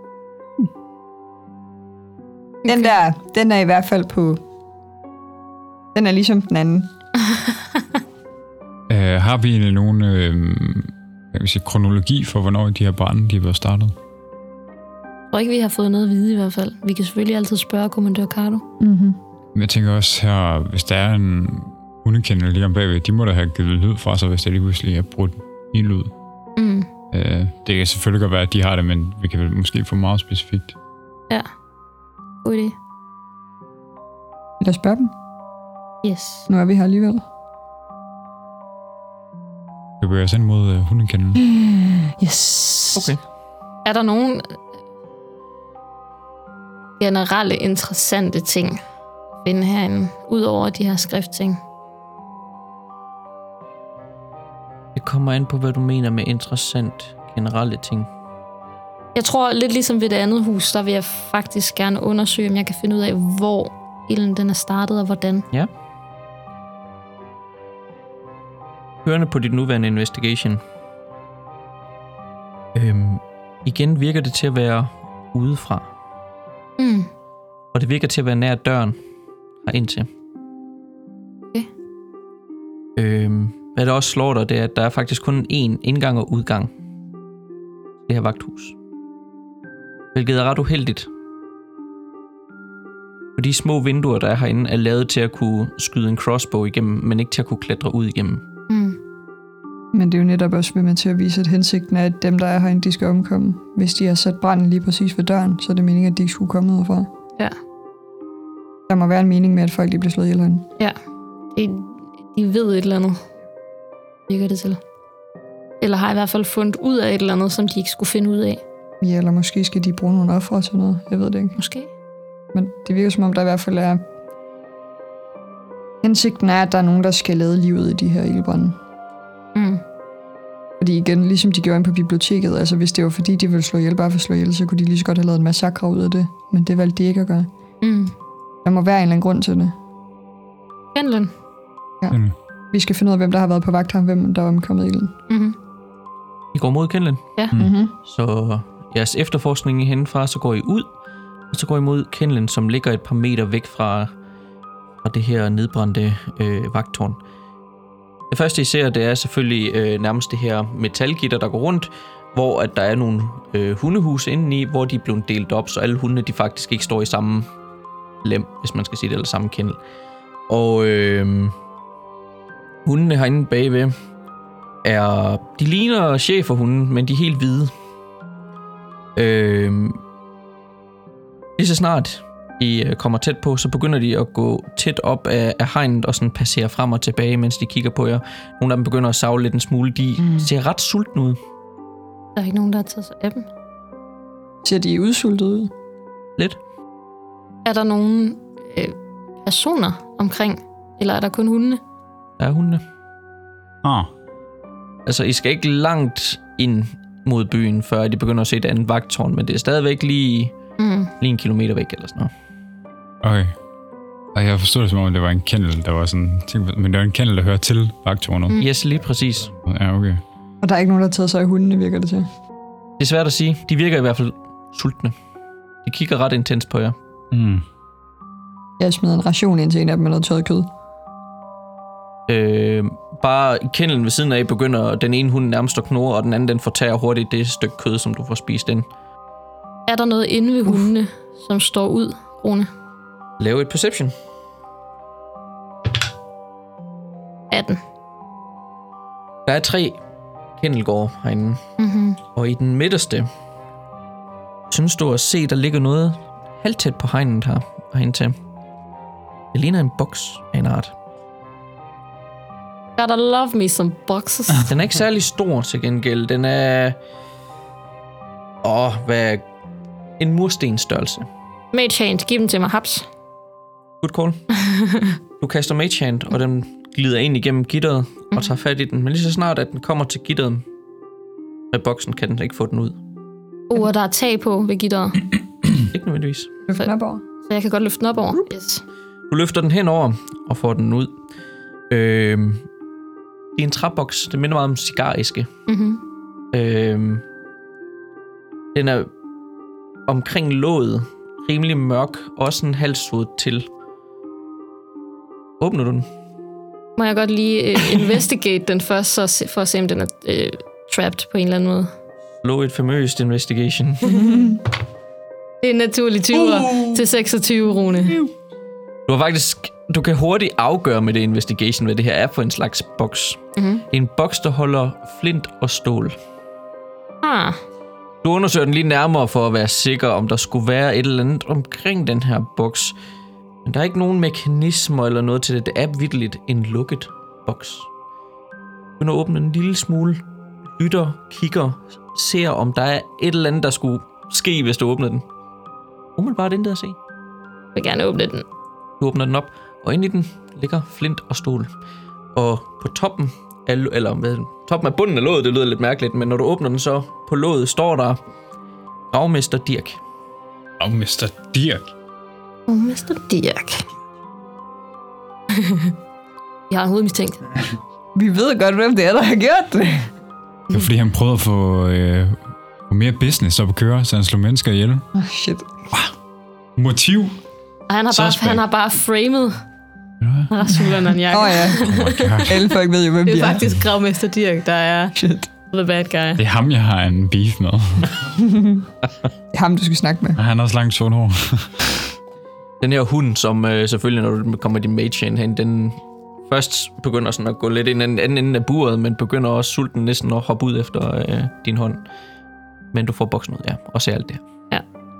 Den der, den er i hvert fald på... Den er ligesom den anden. uh, har vi egentlig nogen øh, jeg vil sige, kronologi for, hvornår de her brænde de har været startet? Jeg tror ikke, vi har fået noget at vide i hvert fald. Vi kan selvfølgelig altid spørge kommandør Cardo. Mm-hmm. Men jeg tænker også her, hvis der er en hundekendel lige om bagved, de må da have givet lyd fra sig, hvis det lige pludselig er brudt ild ud. Mm. Uh, det kan selvfølgelig godt være, at de har det, men vi kan vel måske få meget specifikt. Ja. God idé. Lad os spørge dem. Yes. Nu er vi her alligevel. Vi bevæger os ind mod uh, hundekendelen. Yes. Okay. Er der nogen generelle interessante ting at finde herinde, ud over de her skriftting? Det kommer an på, hvad du mener med interessant generelle ting. Jeg tror lidt ligesom ved det andet hus, der vil jeg faktisk gerne undersøge, om jeg kan finde ud af, hvor ilden den er startet og hvordan. Ja. Hørende på dit nuværende investigation. Øhm, igen virker det til at være udefra. Mm. Og det virker til at være nær døren herind til. Okay. Øhm, hvad der også slår dig, det er, at der er faktisk kun én indgang og udgang. Det her vagthus. Hvilket er ret uheldigt. For de små vinduer, der er herinde, er lavet til at kunne skyde en crossbow igennem, men ikke til at kunne klatre ud igennem. Mm. Men det er jo netop også med til at vise, at hensigten er, at dem, der er herinde, de skal omkomme. Hvis de har sat branden lige præcis ved døren, så er det meningen, at de ikke skulle komme udefra. Ja. Der må være en mening med, at folk lige bliver slået ihjel herinde. Ja. De, de ved et eller andet, virker det til. Eller har i hvert fald fundet ud af et eller andet, som de ikke skulle finde ud af. Ja, eller måske skal de bruge nogle ofre til noget. Jeg ved det ikke. Måske. Men det virker som om, der i hvert fald er... Hensigten er, at der er nogen, der skal lade livet i de her ildbrænde. Mm. Fordi igen, ligesom de gjorde ind på biblioteket, altså hvis det var fordi, de ville slå ihjel bare for at slå ihjel, så kunne de lige så godt have lavet en massakre ud af det. Men det valgte de ikke at gøre. Mm. Der må være en eller anden grund til det. Pendlen. Ja. Mm. Vi skal finde ud af, hvem der har været på vagt her, hvem der er omkommet i ilden. Mm-hmm. I går mod Kenlen. Ja. Mm-hmm. Så jeres efterforskning henfra, så går I ud, og så går I mod Kenlen, som ligger et par meter væk fra, fra det her nedbrændte øh, vagttårn. Det første, I ser, det er selvfølgelig øh, nærmest det her metalgitter, der går rundt, hvor at der er nogle øh, hundehuse indeni, hvor de er blevet delt op, så alle hundene de faktisk ikke står i samme lem, hvis man skal sige det, eller samme kennel. Og øh, hundene herinde bagved er... De ligner schæferhunden, men de er helt hvide. Øh, lige så snart I kommer tæt på, så begynder de at gå tæt op af, af hegnet og sådan passere frem og tilbage, mens de kigger på jer. Nogle af dem begynder at savle lidt en smule. De mm. ser ret sultne ud. Der er ikke nogen, der har taget sig af dem. Ser de udsultet ud? Lidt. Er der nogen øh, personer omkring, eller er der kun hundene? Der er hundene. Ah. Altså, I skal ikke langt ind mod byen, før de begynder at se et andet vagttårn, men det er stadigvæk lige, mm. lige en kilometer væk eller sådan noget. Okay. Og jeg forstod det som om, det var en kennel, der var sådan... Men det var en kennel, der hører til vagttårnet. Mm. Yes, lige præcis. Ja, okay. Og der er ikke nogen, der har taget sig af hundene, virker det til? Det er svært at sige. De virker i hvert fald sultne. De kigger ret intens på jer. Mm. Jeg smider en ration ind til en af dem med noget tørret kød. Øh, bare kennelen ved siden af begynder den ene hund nærmest at knurre, og den anden den fortærer hurtigt det stykke kød, som du får spist ind. Er der noget inde ved hundene, som står ud, Rune? Lav et perception. atten. Der er tre kennelgårde herinde. Mm-hmm. Og i den midterste, synes du at se, der ligger noget halvt tæt på hegnet her, herinde til. Det ligner en boks af en art. Gotta love me some boxes. Den er ikke særlig stor til gengæld. Den er... Åh, hvad er... En murstensstørrelse. Mage hand, giv dem til mig, haps. Good call. Du kaster Mage hand, og den glider ind igennem gitteret og tager fat i den. Men lige så snart, at den kommer til gitteret med boksen, kan den ikke få den ud. Uh, og der er tag på ved gitteret. Ikke nødvendigvis. Løft den op over. Så jeg kan godt løfte den op over. Yes. Du løfter den henover og får den ud. Øh, det er en træboks. Det minder meget om cigaræske. Mm-hmm. Øh, den er omkring låget. Rimelig mørk. Også en halvsvud til. Åbner du den? Må jeg godt lige uh, investigate den først, så se, for at se, om den er uh, trapped på en eller anden måde. Slå et famøst investigation. Det er naturligt tyve uh. til seksogtyve, Rune. Du har faktisk... Du kan hurtigt afgøre med det investigation, hvad det her er for en slags boks. Mm-hmm. En boks, der holder flint og stål. Ah. Du undersøger den lige nærmere for at være sikker, om der skulle være et eller andet omkring den her boks. Men der er ikke nogen mekanismer eller noget til det. Det er vitterligt en lukket boks. Du kan åbne en lille smule, lytter, kigger, ser om der er et eller andet, der skulle ske, hvis du åbner den. Umiddelbart intet at se. Jeg vil gerne åbne den. Du åbner den op, og inde i den ligger flint og stål. Og på toppen af, eller hvad, toppen af bunden af låget, det lyder lidt mærkeligt, men når du åbner den så, på låget står der Gravmester Dirk. Gravmester Dirk? Gravmester Dirk. Jeg har en hovedmistænkt. Vi ved godt, hvem det er, der har gjort det. Det er fordi, han prøvede at få, øh, få mere business op at køre, så han slog mennesker ihjel. Oh, shit. Wow. Motiv? Og han har, bare, han har bare framed Rasul og Nanjak. Åh oh, ja. Oh alle folk ved jo, hvem de er. Det er faktisk Gravmester Dirk, der er shit. The bad guy. Det er ham, jeg har en beef med. Det er ham, du skal snakke med. Og han har også langt sort hår. Den her hund, som øh, selvfølgelig, når du kommer i din mage hand hen, den først begynder sådan at gå lidt ind i den anden ende af buret, men begynder også sulten næsten at hoppe ud efter øh, din hånd. Men du får boksen ud, ja, og ser alt det her. Ja.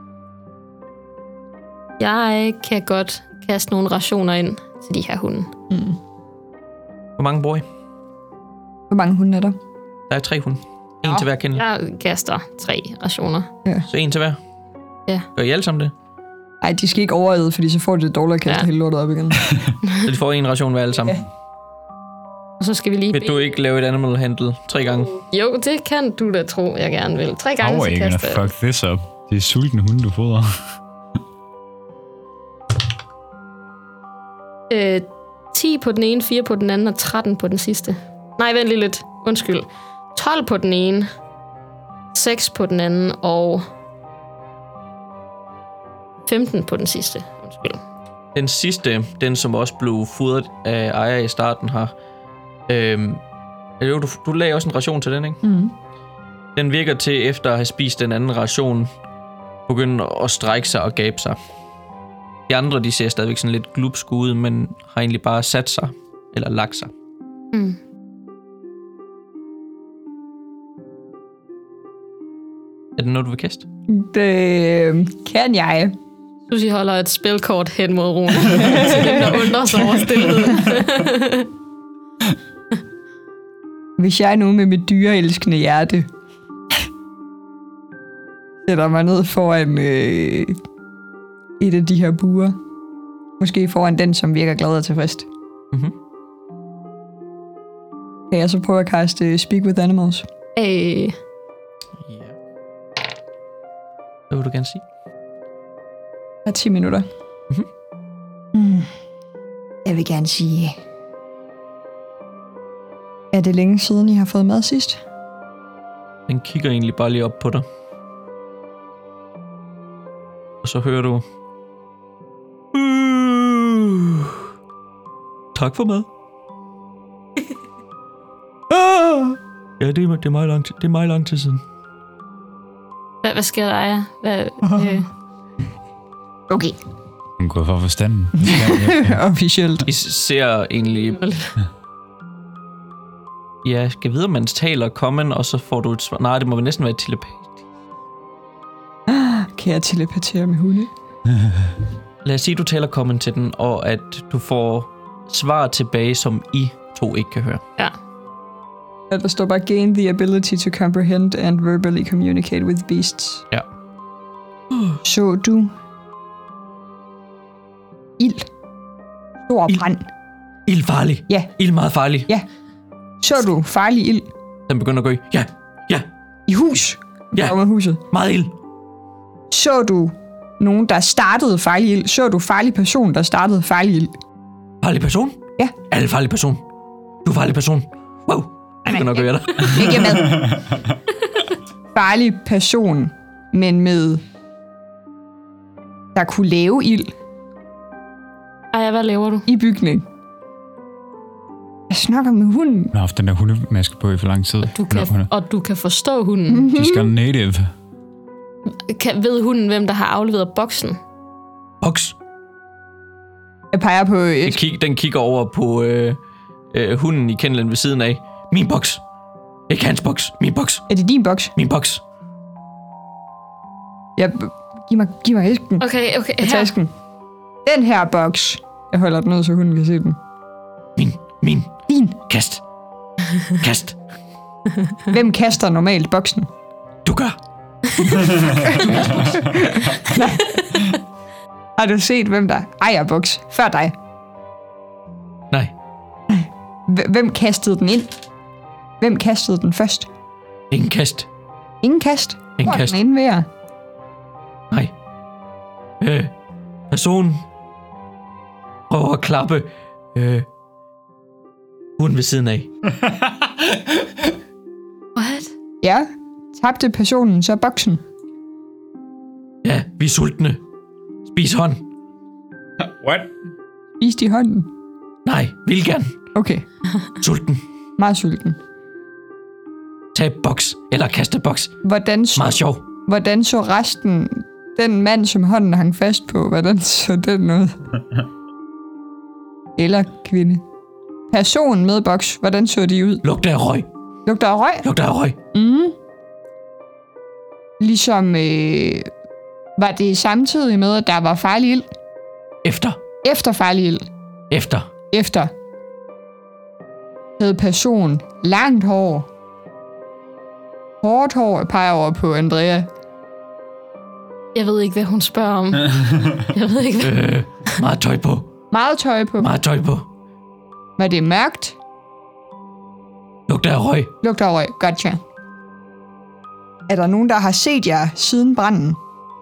Jeg kan godt kaste nogle rationer ind til de her hunde. Mm. Hvor mange bor I? Hvor mange hunde er der? Der er tre hunde. En ja. til hver kennel. Jeg kaster tre rationer. Ja. Så en til hver? Ja. Gør I alle sammen det? Nej, de skal ikke overæde, fordi så får de det dårligt at kaste ja. hele lortet op igen. Så de får en ration hver alle sammen? Ja. Og så skal vi lige... Vil du ikke lave et animal handle tre gange? Jo, det kan du da tro, jeg gerne vil. Tre gange, så kaster jeg. Fuck this up. Det er sultne hunde, du fodrer. øh, ti på den ene, fire på den anden og tretten på den sidste. Nej, vent lige lidt. Undskyld. tolv på den ene, seks på den anden, og femten på den sidste. Undskyld. Den sidste, den som også blev fodret af Aya i starten her, øhm, jo, du, du lagde også en ration til den, ikke? Mm. Den virker til, efter at have spist den anden ration, begynde at strække sig og gabe sig. De andre, de ser stadigvæk sådan lidt glupske ud, men har egentlig bare sat sig, eller lagt sig. Mm. Er det noget, du vil kaste? Det kan jeg. Susie holder et spilkort hen mod Rune, til dem, der undrer sig over stillheden. Hvis jeg nu med mit dyreelskende hjerte sætter mig ned foran øh, et af de her buer. Måske foran den, som virker glad og tilfreds. Mm-hmm. Kan jeg så prøve at kaste Speak with Animals? Øh. Ja. Hvad vil du gerne sige? Der er ti minutter. Mm-hmm. Mm. Jeg vil gerne sige... Er det længe siden, I har fået mad sidst? Den kigger egentlig bare lige op på dig. Og så hører du... Uh, tak for mad. ah! Ja, det er, det, er meget lang, det er meget lang tid siden. Hvad, hvad sker der, Aya? Hvad, øh? Okay. Hun er gået for forstanden. Officielt. I ser egentlig... Ja, jeg skal vide, om man taler common, og så får du et svar. Nej, det må næsten være telepat. Kan jeg telepatere med hunde? Lad os sige, at du taler common til den, og at du får svar tilbage, som I to ikke kan høre. Ja. Ja, der står bare, gain the ability to comprehend and verbally communicate with beasts. Ja. Så du... Ild. Stor Ild. brand. Ild farlig. Ja. Ild meget farlig. Ja. Så du farlig ild. Den begynder at gå i. Ja, ja. I hus. Ja. Over huset. Meget ild. Så du nogen, der startede farlig ild? Så du farlig person, der startede farlig ild? Farlig person? Ja. Alle farlig person. Du er farlig person. Wow. Jeg begynder at gå i dig. Jeg giver med. Farlig person, men med... Der kunne lave ild. Aya, hvad laver du? I bygning. Jeg snakker med hunden. Hun har haft den der hundemaske på i for lang tid. Du kan, og du kan forstå hunden. She's got native. Kan, ved hunden, hvem der har afleveret boksen? Boks. Jeg peger på et... Den, kig, den kigger over på øh, øh, hunden i kennelen ved siden af. Min boks. Ikke hans boks. Min boks. Er det din boks? Min boks. Ja, giv mig, giv mig æsken. Okay, okay. Jeg tager æsken. Den her boks. Jeg holder den ud, så hunden kan se den. Min. Min. Din. Kast. Kast. Hvem kaster normalt boksen? Du gør. Har du set, hvem der ejer boks før dig? Nej. H- hvem kastede den ind? Hvem kastede den først? Ingen kast. Ingen kast? Ingen Hvor er kast. den inde ved jer? Nej. Øh, personen prøver at klappe øh, hunden ved siden af. What? Ja. Tabte personen så boksen? Ja, vi er sultne. Spis hånd. What? Spis de hånden? Nej, vil gerne. Okay. Sulten. Meget sulten. Tag boks, eller kaste boks. Hvordan så, Meget sjov. hvordan så resten, den mand, som hånden hang fast på, hvordan så den ud? Eller kvinde. Personen med boks, hvordan så de ud? Lugter af røg. Lugter af røg? Lugter af røg. Mm. Ligesom, øh, var det samtidig med, at der var farlig ild? Efter. Efter farlig ild? Efter. Efter. Havde person langt hår. Hårdt hår, jeg peger over på Andrea. Jeg ved ikke, hvad hun spørger om. Jeg ved ikke, hvad... Øh, meget tøj på. Meget tøj på. Meget tøj på. Var det mørkt? Lugter af røg. Lugter af røg. Gotcha. Er der nogen, der har set jer siden branden?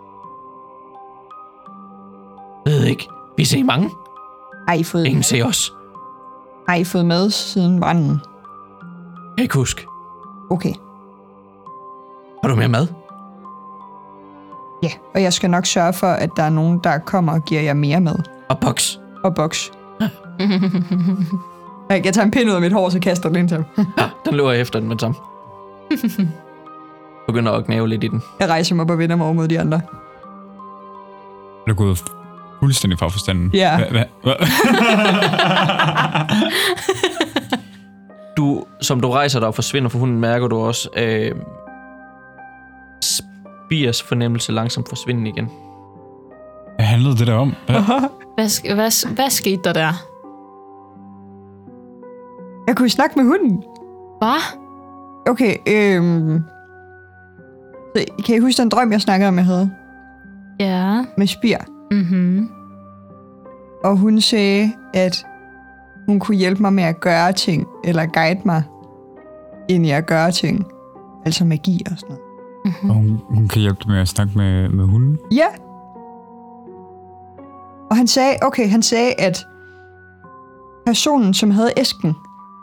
Ved ikke. Vi ser mange. Har I fået, Ingen ser os. har I fået med siden branden? Jeg kan ikke huske. Okay. Har du mere mad? Ja, og jeg skal nok sørge for, at der er nogen, der kommer og giver jer mere mad. Og boks. Og boks. Jeg tager en pind ud af mit hår, så kaster den ind til ham. Ja, den løber efter den med samme. Begynder at gnave lidt i den. Jeg rejser mig op og vender mig over mod de andre. Er du gået fuldstændig fra forstanden? Ja. Hva, hva, hva? Du, som du rejser dig og forsvinder fra hunden, mærker du også øh, Spiers fornemmelse langsomt forsvinde igen. Hvad handlede det der om? Hvad? Hvad, sk- hvad, hvad skete der der? Jeg kunne snakke med hunden. Hvad? Okay, øhm... Så, kan I huske den drøm, jeg snakkede om, jeg havde? Ja. Med Spier. Mhm. Og hun sagde, at hun kunne hjælpe mig med at gøre ting, eller guide mig ind i at gøre ting. Altså magi og sådan noget. Mm-hmm. Og hun, hun kan hjælpe dig med at snakke med, med hunden? Ja. Og han sagde, okay, han sagde, at personen, som havde æsken,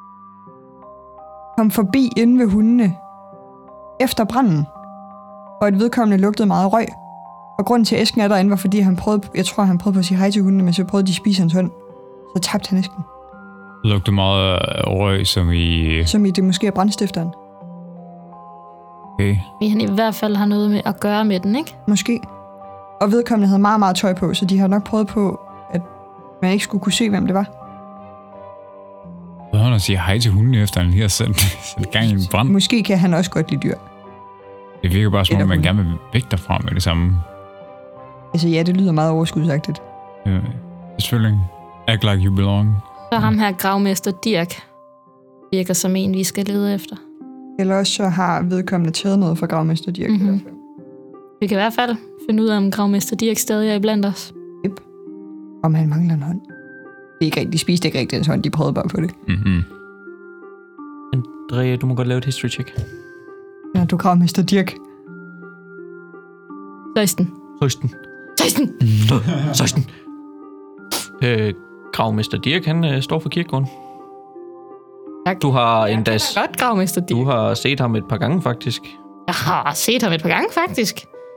kom forbi inde ved hundene efter branden, og et vedkommende lugtede meget røg. Og grunden til, at æsken er derinde, var fordi han prøvede, jeg tror, han prøvede på at sige hej til hundene, men så prøvede de at spise hans hånd. Så tabte han æsken. Det lugter meget røg, som i... Som i det måske er brandstifteren. Okay. Vi han i hvert fald har noget med at gøre med den, ikke? Måske. Og vedkommende havde meget, meget tøj på, så de har nok prøvet på, at man ikke skulle kunne se, hvem det var. Hvad har han at sige hej til hunden, efter han lige har sendt, sendt gang i en brand? Måske kan han også godt lide dyr. Det virker bare, som om man gerne vil væk derfra med det samme. Altså ja, det lyder meget overskudsagtigt. Ja, selvfølgelig. Act like you belong. Så ham her gravmester Dirk virker som en, vi skal lede efter. Eller også så har vedkommende taget noget fra gravmester Dirk. Mm-hmm. Vi kan i hvert fald finde ud af, om gravmester Dirk stadig er iblandt os. Yep. Om han mangler en hånd. Det er ikke rigtigt. De spiste ikke rigtig hans hånd. De prøvede bare på det. Mm-hmm. Andrea, du må godt lave et history check. Ja, du gravmester Dirk. seksten. seksten. seksten! seksten. Øh, gravmester Dirk, han øh, står for kirkegården. Tak. Du har endda... Godt, gravmester Dirk. Du har set ham et par gange, faktisk. Jeg har set ham et par gange, faktisk.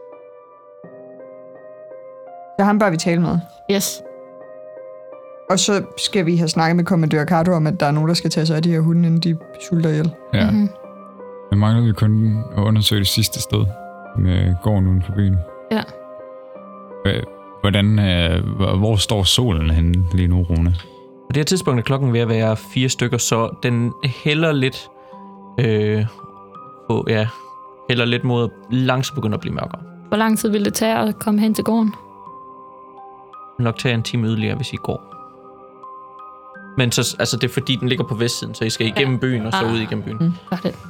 Så ham bør vi tale med. Yes. Og så skal vi have snakket med kommandør Cardo om, at der er nogen, der skal tage sig af de her hunde, inden de sulter ihjel. Ja. Mm-hmm. Men mangler vi kun at undersøge det sidste sted med gården uden for byen. Ja. Hvordan, øh, hvor står solen henne lige nu, Rune? På det her tidspunkt er klokken ved at være fire stykker, så den hælder lidt øh, på, ja, hælder lidt mod langsomt begynder at blive mørkere. Hvor lang tid vil det tage at komme hen til gården? Det vil nok tage en time yderligere, hvis I går. Men så, altså, det er fordi, den ligger på vestsiden, så I skal igennem byen og så Ah. ud igennem byen. Mm. Godt det.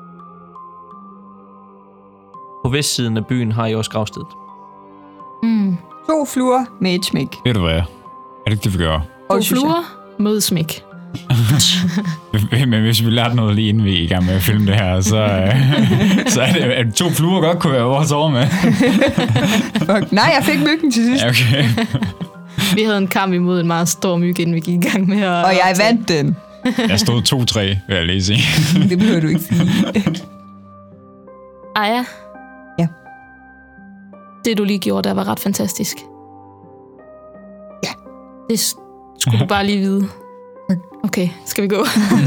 På vestsiden af byen har I også gravstedet. Mm. To fluer med et smæk. Ved du hvad? Er det ikke det, vi gør? To fluer mod smæk. Men hvis vi lærte noget lige inden vi er i gang med at filme det her, så, øh, så er det, at to fluer godt kunne være vores over med. Fuck. Nej, jeg fik myggen til sidst. Okay. Vi havde en kamp imod en meget stor myg, inden vi gik i gang med at... Og jeg vandt den. Jeg stod to tre, vil jeg lige sige. Det behøver du ikke sige. Aya? Ja? Det, du lige gjorde der, var ret fantastisk. Ja. Det skulle du bare lige vide. Okay, skal vi gå?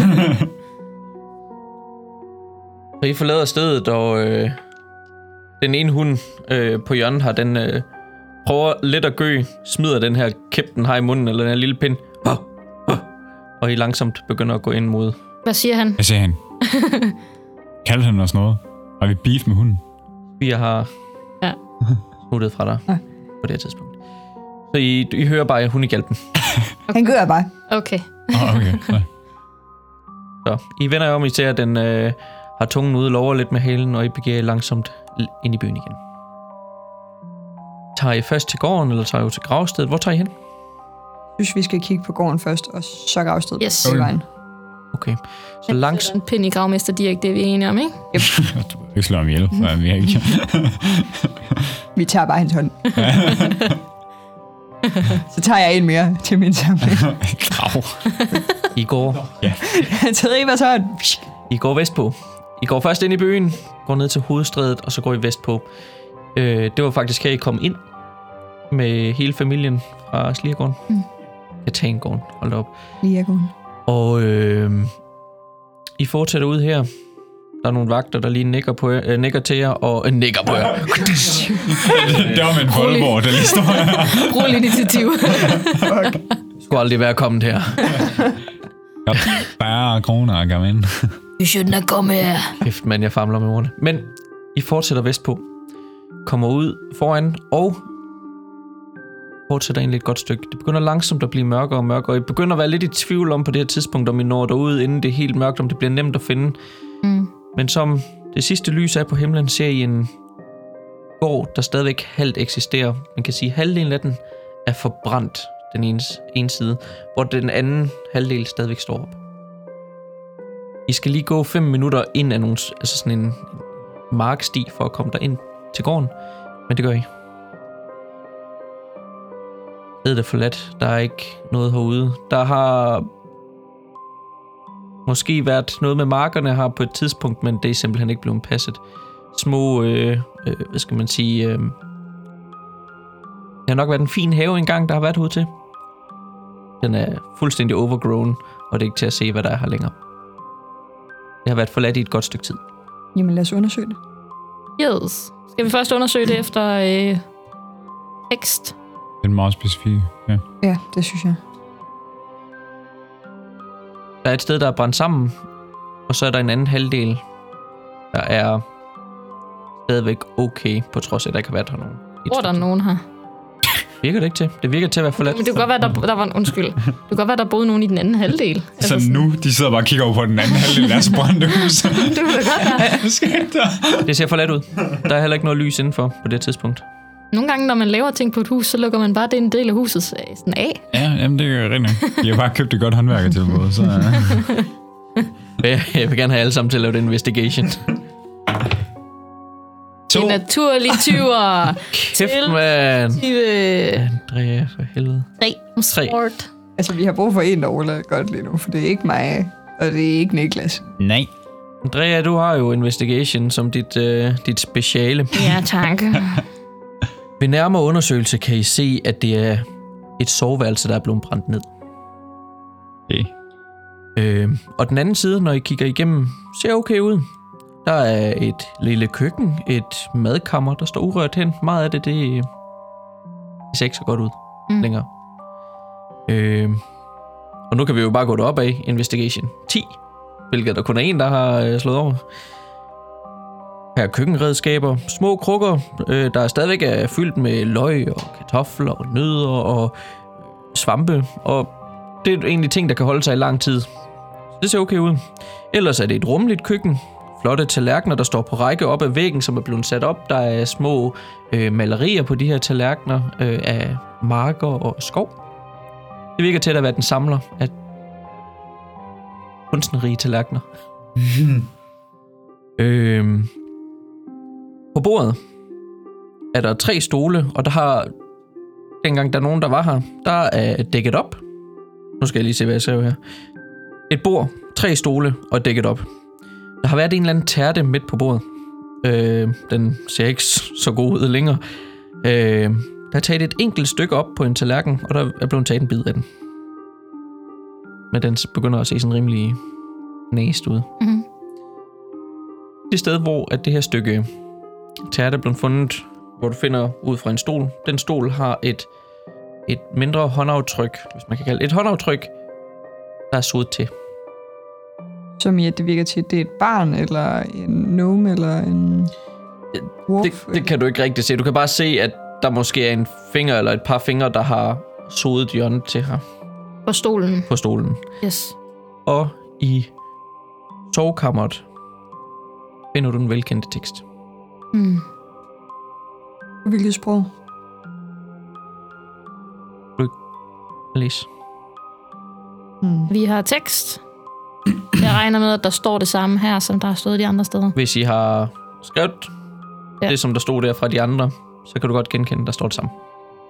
Så I forlader stedet, og øh, den ene hund øh, på hjørnet har den øh, prøver lidt at gø, smider den her kæp, den har i munden, eller den her lille pind, oh, oh, og I langsomt begynder at gå ind mod. Hvad siger han? Hvad siger han? Kaldte han os noget? Har vi beef med hunden? Vi har ja. smuttet fra dig ja. på det her tidspunkt. Så I, I hører bare hundehjælpen. Okay. Han gør bare. Okay. Oh, okay. Så I vender jer om, I ser, at den øh, har tungen ude, lover lidt med halen, og I begiver jer langsomt ind i byen igen. Tager I først til gården, eller tager I jo til gravstedet? Hvor tager I hen? Jeg synes, vi skal kigge på gården først, og så gravstedet yes. på vejen. Okay. Så langs... En pind i gravmester Dirk, det er vi enige om, ikke? Yep. Du vil ikke slå ham ihjel, for vi har ikke. Vi tager bare hans hånd. Så tager jeg en mere til min samling. Grav. I går... Ja. Jeg tager Rivers hånd. I går vestpå. I går først ind i byen, går ned til hovedstrædet, og så går I vestpå. Øh, det var faktisk her, I kom ind med hele familien fra Sliergården. Mm. Katangården, hold op. Sliergården. Og øh, I fortsætter ud her. Der er nogle vagter, der lige nikker, på, øh, nikker til jer, og øh, nikker på jer. Det var med en Voldborg, der lige står her. Brug initiativ. Skulle aldrig være kommet her. Bare kroner at komme ind. You should not come here. Kæft, mand, jeg famler med ordene. Men I fortsætter vestpå. Kommer ud foran, og fortsætter egentlig et godt stykke. Det begynder langsomt at blive mørkere og mørkere. I begynder at være lidt i tvivl om på det her tidspunkt, om I når derud, inden det er helt mørkt, om det bliver nemt at finde. Mm. Men som det sidste lys er på himlen, ser I en gård, der stadigvæk halvt eksisterer. Man kan sige, at halvdelen af den er forbrændt, den ene, ene side, hvor den anden halvdel stadigvæk står op. I skal lige gå fem minutter ind af nogle, altså sådan en marksti for at komme derind til gården, men det gør I. Stedet er forladt. Der er ikke noget herude. Der har måske været noget med markerne her på et tidspunkt, men det er simpelthen ikke blevet passet. Små, øh, øh, hvad skal man sige, øh, det har nok været en fin have engang, der har været herude til. Den er fuldstændig overgrown, og det er ikke til at se, hvad der er her længere. Det har været forladt i et godt stykke tid. Jamen lad os undersøge det. Yes. Skal vi først undersøge det efter øh, tekst? Den er meget specifik, ja. Ja, det synes jeg. Der er et sted, der er brændt sammen, og så er der en anden halvdel, der er stadigvæk okay, på trods af, at der ikke har været her nogen. Hvor der nogen her? Virker det ikke til? Det virker til at være forladt. Men det kan godt være, der, der var en undskyld. Det kan godt være, der boede nogen i den anden halvdel. Så altså nu, de sidder bare og kigger over på den anden halvdel af deres brændte hus. Det kunne da godt være. Hvad sker der? Det ser forladt ud. Der er heller ikke noget lys indenfor på det tidspunkt. Nogle gange, når man laver ting på et hus, så lukker man bare den del af huset sådan af. Ja, jamen det er rigtigt. Jeg har bare købt et godt håndværkertilbud, så... Jeg vil gerne have alle sammen til at lave den investigation. To. En naturlig tyver. Kæft, mand. Andrea, for helvede. Tre. Sport. Altså, vi har brug for en, der overlader godt lige nu, for det er ikke mig, og det er ikke Niklas. Nej. Andrea, du har jo investigation som dit, øh, dit speciale. Ja, tak. Ved nærmere undersøgelse kan I se, at det er et soveværelse, der er blevet brændt ned. Okay. Øh, og den anden side, når I kigger igennem, ser okay ud. Der er et lille køkken, et madkammer, der står urørt hen. Meget af det, det, det ser ikke så godt ud mm. længere. Øh, og nu kan vi jo bare gå derop af investigation ti, hvilket der kun er en, der har øh, slået over. Her er køkkenredskaber, små krukker, øh, der stadigvæk er fyldt med løg og kartofler og nødder og svampe. Og det er egentlig ting, der kan holde sig i lang tid. Så det ser okay ud. Ellers er det et rummeligt køkken. Flotte tallerkener, der står på række op ad væggen, som er blevet sat op. Der er små øh, malerier på de her tallerkener øh, af marker og skov. Det virker til at være den samler af kunstnerige tallerkener. øh, på bordet er der tre stole, og der har, dengang der er nogen, der var her, der er dækket op. Nu skal jeg lige se, hvad jeg ser her. Et bord, tre stole og dækket op. Der har været en eller anden tærte midt på bordet. Øh, den ser ikke så god ud længere. Øh, der er taget et enkelt stykke op på en tallerken, og der er blevet taget en bid af den. Men den begynder at se sådan rimelig næst ud. Mm-hmm. Det sted, hvor at det her stykke tærte er blevet fundet, hvor du finder ud fra en stol. Den stol har et, et mindre håndaftryk, hvis man kan kalde det et håndaftryk, der er sodet til. Som i, at det virker til, at det er et barn, eller en gnome, eller en wolf? Det, det kan du ikke rigtig se. Du kan bare se, at der måske er en finger eller et par fingre, der har sodet hjørnet til her. På stolen. På stolen. Yes. Og i sovekammeret finder du den velkendte tekst. Mm. Hvilket sprog? Du ikke læse. Mm. Vi har tekst. Jeg regner med, at der står det samme her, som der har stået de andre steder. Hvis I har skrevet ja. det, som der stod der fra de andre, så kan du godt genkende, der står det samme.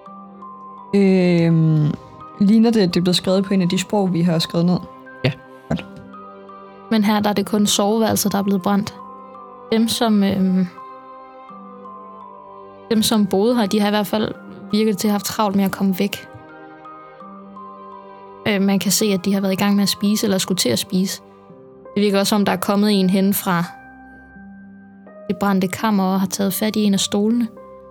Øhm, ligner det, at det er blevet skrevet på en af de sprog, vi har skrevet ned? Ja. Godt. Men her der er det kun soveværelset, der er blevet brændt. dem, som, øhm, dem, som boede her, de har i hvert fald virket til at have haft travlt med at komme væk. Øh, man kan se, at de har været i gang med at spise, eller skulle til at spise. Det virker også som, der er kommet en hen fra det brændte kammer og har taget fat i en af stolene.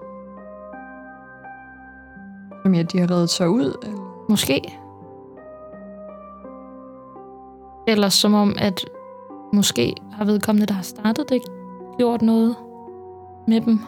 Som ja, de har reddet sig ud? Eller? Måske. Eller som om, at måske har vedkommende, der har startet det, gjort noget med dem.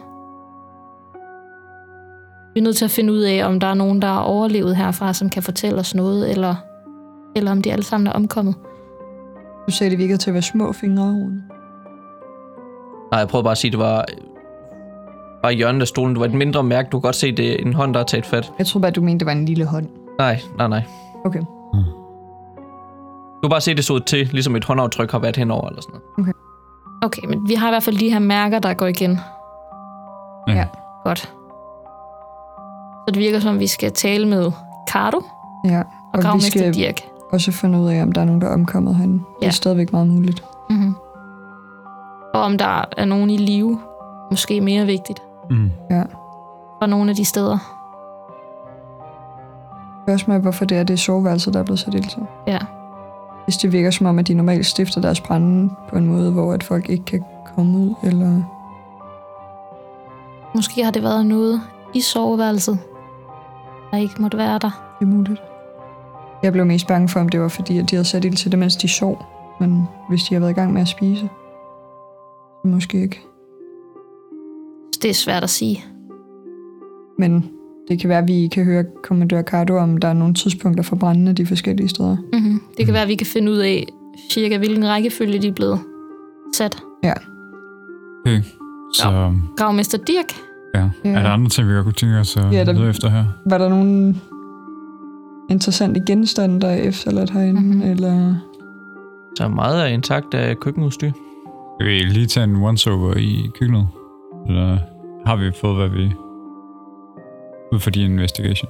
Vi er nødt til at finde ud af, om der er nogen, der har overlevet herfra, som kan fortælle os noget, eller, eller om de alle sammen er omkommet. Du sagde, det virkede til at være små fingre, Rune. Nej, jeg prøvede bare at sige, at det var bare hjørnet af stolen. Det var et mindre mærke. Du kan godt se, det er en hånd, der har taget fat. Jeg troede bare, du mente, det var en lille hånd. Nej, nej, nej. Okay. Du kan bare se, det så til, ligesom et håndaftryk har været henover, eller sådan noget. Okay. Okay, men vi har i hvert fald de her mærker, der går igen. Ja. Ja. Godt. Så det virker som, vi skal tale med Cardo Ja, og, og vi gravmester skal Dirk. også finde ud af, om der er nogen, der er omkommet herinde. Det Ja. er stadigvæk meget muligt. Mm-hmm. Og om der er nogen i live, måske mere vigtigt, Mm. Ja. fra nogle af de steder. Spørgsmålet er, hvorfor det er, det er soveværelset, der er blevet sat ild til. Ja. Hvis det virker som om, at de normalt stifter deres brænde på en måde, hvor at folk ikke kan komme ud, eller... Måske har det været noget i soveværelset, der ikke måtte være der. Det er muligt. Jeg blev mest bange for, om det var fordi, at de havde sat ild til det, mens de sov. Men hvis de har været i gang med at spise, så måske ikke. Det er svært at sige. Men det kan være, at vi kan høre kommandør Cardo, om der er nogle tidspunkter for brændende de forskellige steder. Mm-hmm. Det kan være, at vi kan finde ud af cirka, hvilken rækkefølge de er blevet sat. Ja. Okay, så Ja. Gravmester Dirk. ja. Ja. Er der andre ting, vi godt kunne tænke os at Ja, der- lede efter her? Var der nogle interessante genstande, der er efterladt herinde? Mhm. Mm-hmm. Eller... Så meget er intakt af køkkenudstyr. Skal vi lige tage en once-over i køkkenet? Eller har vi fået, hvad vi... ud for din investigation?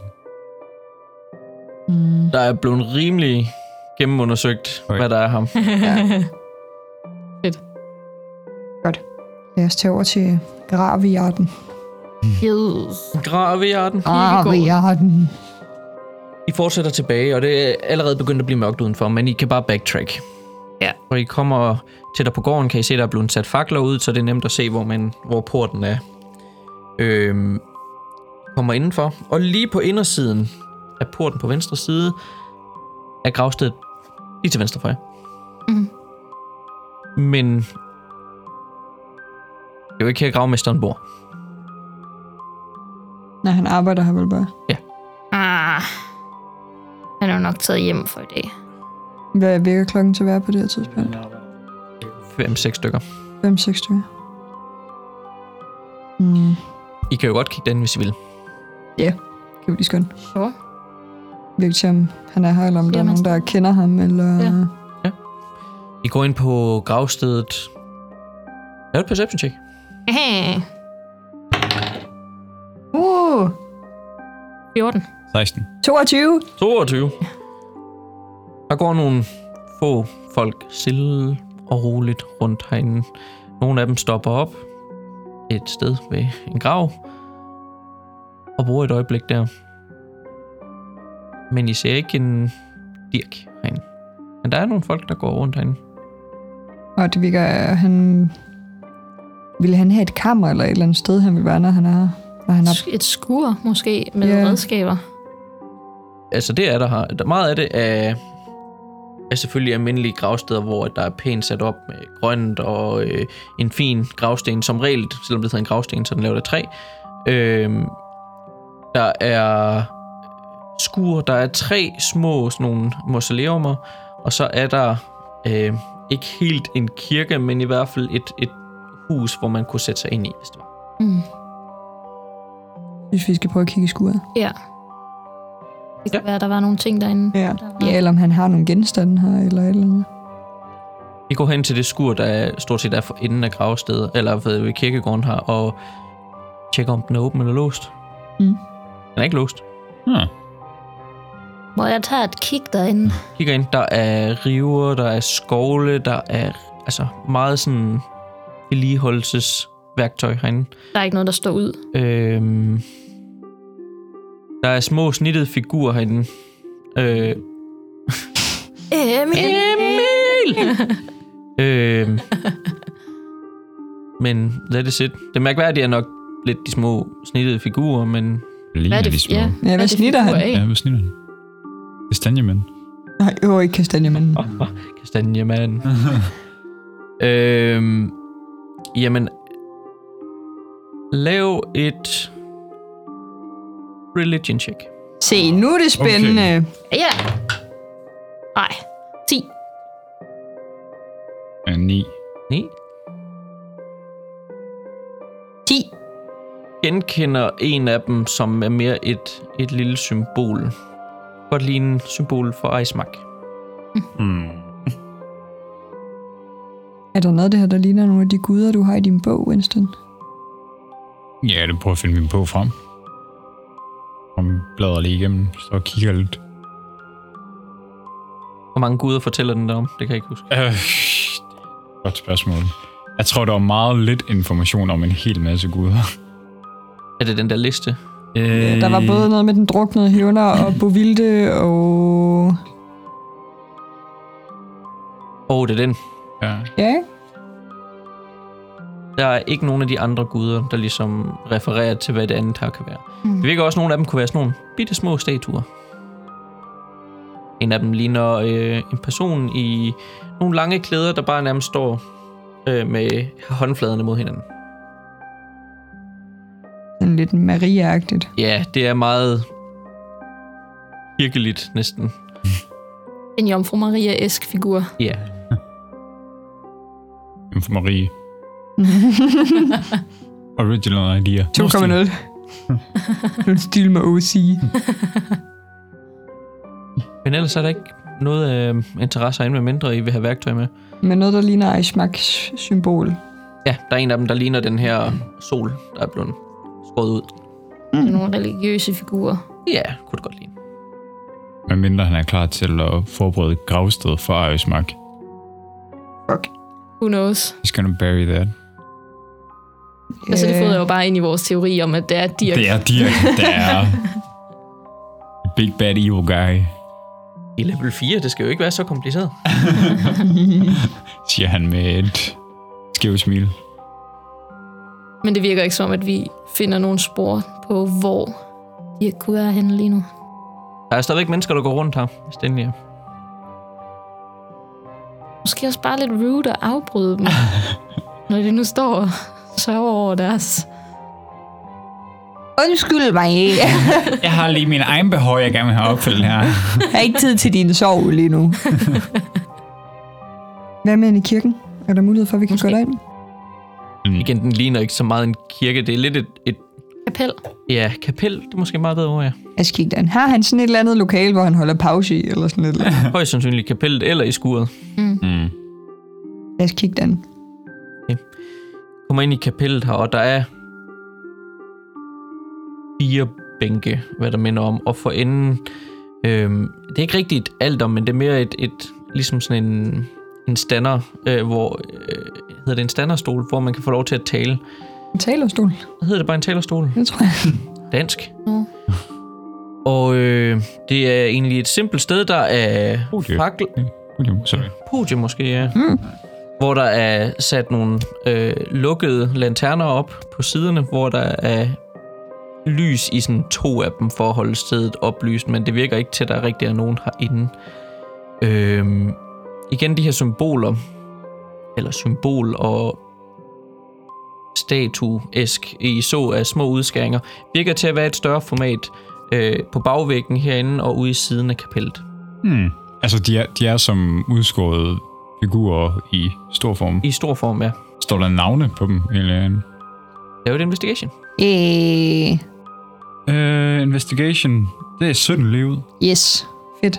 Mm. Der er blevet rimelig gennemundersøgt, Okay. hvad der er ham. Ja. Godt. Lad os tage over til Graviarden. Yes. Graviarden. Graviarden. I fortsætter tilbage, og det er allerede begyndt at blive mørkt udenfor, men I kan bare backtrack. Ja. Og I kommer tættere på gården, kan I se, der er blevet sat fakler ud, så det er nemt at se, hvor, man, hvor porten er. Øhm, kommer indenfor, og lige på indersiden af porten på venstre side er gravstedet lige til venstre for jer. Mhm. Men det er jo ikke her, gravmesteren bor. Nej, han arbejder her vel bare. Ah. Han er jo nok taget hjem for i dag. Hvad virker klokken til at være på det her tidspunkt? Fem-seks stykker. fem seks stykker. Mm. I kan jo godt kigge den, hvis I vil. Kan vi lige skønne. Sure. Virker til, om han er her, eller om der er Jamen. nogen, der kender ham, eller... Ja. I går ind på gravstedet. Lav et perception check. Uh, fjorten. seksten. toogtyve. toogtyve. Der går nogle få folk stille og roligt rundt herinde. Nogle af dem stopper op et sted ved en grav og bruger et øjeblik der. Men I ser ikke en Dirk herinde. Men der er nogle folk, der går rundt herinde. Og det virker, at han... Ville han have et kammer, eller et eller andet sted, han vil være, når han er når han er... Et skur måske med Ja. redskaber. Altså det er der her. Der- Meget af det er, er selvfølgelig almindelige gravsteder, hvor der er pænt sat op med grønt og øh, en fin gravsten. Som regel, selvom det hedder en gravsten, så er den lavet af træ. Øh, der er skur, der er tre små sådan nogle mausoleumer, og så er der øh, ikke helt en kirke, men i hvert fald et, et hus, hvor man kunne sætte sig ind i, hvis det var. Mm. Hvis vi skal prøve at kigge i skuret. Ja. Det kan ja. være, der var nogle ting derinde. Ja. Der var... Ja, eller om han har nogle genstande her, eller et eller andet. Vi går hen til det skur, der er, stort set er for enden af gravstedet, eller ved kirkegården her, og tjekker, om den er åben eller låst. Mm. Den er ikke låst. Hmm. Må jeg tage et kig derinde? Kigger ind, der er river, der er skovle, der er altså meget sådan vedligeholdelsesværktøj herinde. Der er ikke noget, der står ud. Øhm, der er små snittede figurer herinde. Øh, Emil! Emil! øhm, men let it sit. Det mærkværdige er nok lidt de små snittede figurer, men... Hvad er det? De små. Ja, hvad, hvad snitter han? Ja, hvad snitter han? Kastanjemand. Nej, jo, ikke kastanjemanden. Oh, oh, kastanjemanden. øhm, jamen, lav et religion check. Se, nu er det spændende. Okay. Ja. Nej, ti. Ja, ni. ni. ti. Genkender en af dem, som er mere et, et lille symbol. Godt lignende symbol for Icemark. Mm. Er der noget af det her, der ligner nogle af de guder, du har i din bog, Winston? Ja, det prøver at finde min bog frem. Og bladrer lige igennem, så kigger lidt. Hvor mange guder fortæller den der om? Det kan jeg ikke huske. Øh, godt spørgsmål. Jeg tror, der var meget lidt information om en hel masse guder. Er det den der liste? Øh... Ja, der var både noget med den druknede hævner og Bovilde og... Åh, oh, det er den. Ja. Ja. Der er ikke nogen af de andre guder, der ligesom refererer til, hvad det andet her kan være. Mm. Det virker også, at nogle af dem kunne være sådan nogle bitte små statuer. En af dem ligner øh, en person i nogle lange klæder, der bare nærmest står øh, med håndfladerne mod hinanden. Sådan lidt Maria-agtigt. Ja, det er meget kirkeligt næsten. En Jomfru Maria-esk figur. Ja. Jomfru Marie. Original idea. to komma nul. Nu stil med O C. Men ellers er der ikke noget øh, interesse herinde, med mindre I vil have værktøj med. Men noget, der ligner Icemarks symbol. Ja, der er en af dem, der ligner den her sol, der er blevet skåret ud. Mm. Nogle religiøse figurer. Ja, kunne det godt lide. Men mindre han er klar til at forberede gravsted for Icemark. Fuck. Who knows? He's gonna bury that. Altså, det fodrer jo bare ind i vores teori om, at det er Dirk. Det er Dirk. Det er big bad evil guy. I level fire, det skal jo ikke være så kompliceret. Siger han med et skævt smil. Men det virker ikke som, at vi finder nogle spor på, hvor Dirk kunne være henne lige nu. Der er stadigvæk mennesker, der går rundt her. Stændig. Måske også bare lidt rude at afbryde dem, når de nu står og sørger over deres... Undskyld mig. Jeg har lige min egen behov, jeg gerne vil have opfyldt her. Jeg har ikke tid til din sorg lige nu. Hvad med i kirken? Er der mulighed for, at vi kan Måske. gå derind? Mm. Igen, den ligner ikke så meget en kirke. Det er lidt et... et kapel. Ja, kapel. Det er måske meget bedre ord, ja. Jeg skal kigge den. Har han sådan et eller andet lokal, hvor han holder pause i, eller sådan et eller andet? Højst sandsynligt kapellet eller i skuret. Mm. Mm. Lad os kigge den. Okay. Kommer ind i kapellet her, og der er fire bænke, hvad der minder om. Og for enden... Øhm, det er ikke rigtigt et alter, men det er mere et... et ligesom sådan en... en stander, øh, hvor... Øh, hedder det en standerstol, hvor man kan få lov til at tale. En talerstol? Hvad hedder det bare, en talerstol? Det tror jeg. Dansk. Mm. Og øh, det er egentlig et simpelt sted, der er Podium. fakkel... Podium, sorry. Podium måske, ja. Mm. Hvor der er sat nogle øh, lukkede lanterner op på siderne, hvor der er lys i sådan to af dem for at holde stedet oplyst, men det virker ikke til, at der rigtig er nogen herinde. Øh, igen de her symboler, eller symbol og statuesk i så af små udskæringer, virker til at være et større format øh, på bagvæggen herinde og ude i siden af kapellet. Hmm. Altså, de er, de er som udskårede figurer i stor form. I stor form, ja. Står der navne på dem? Eller? Lav et investigation. Øh. Uh, investigation. Det er sytten lige ud. Yes. Fedt.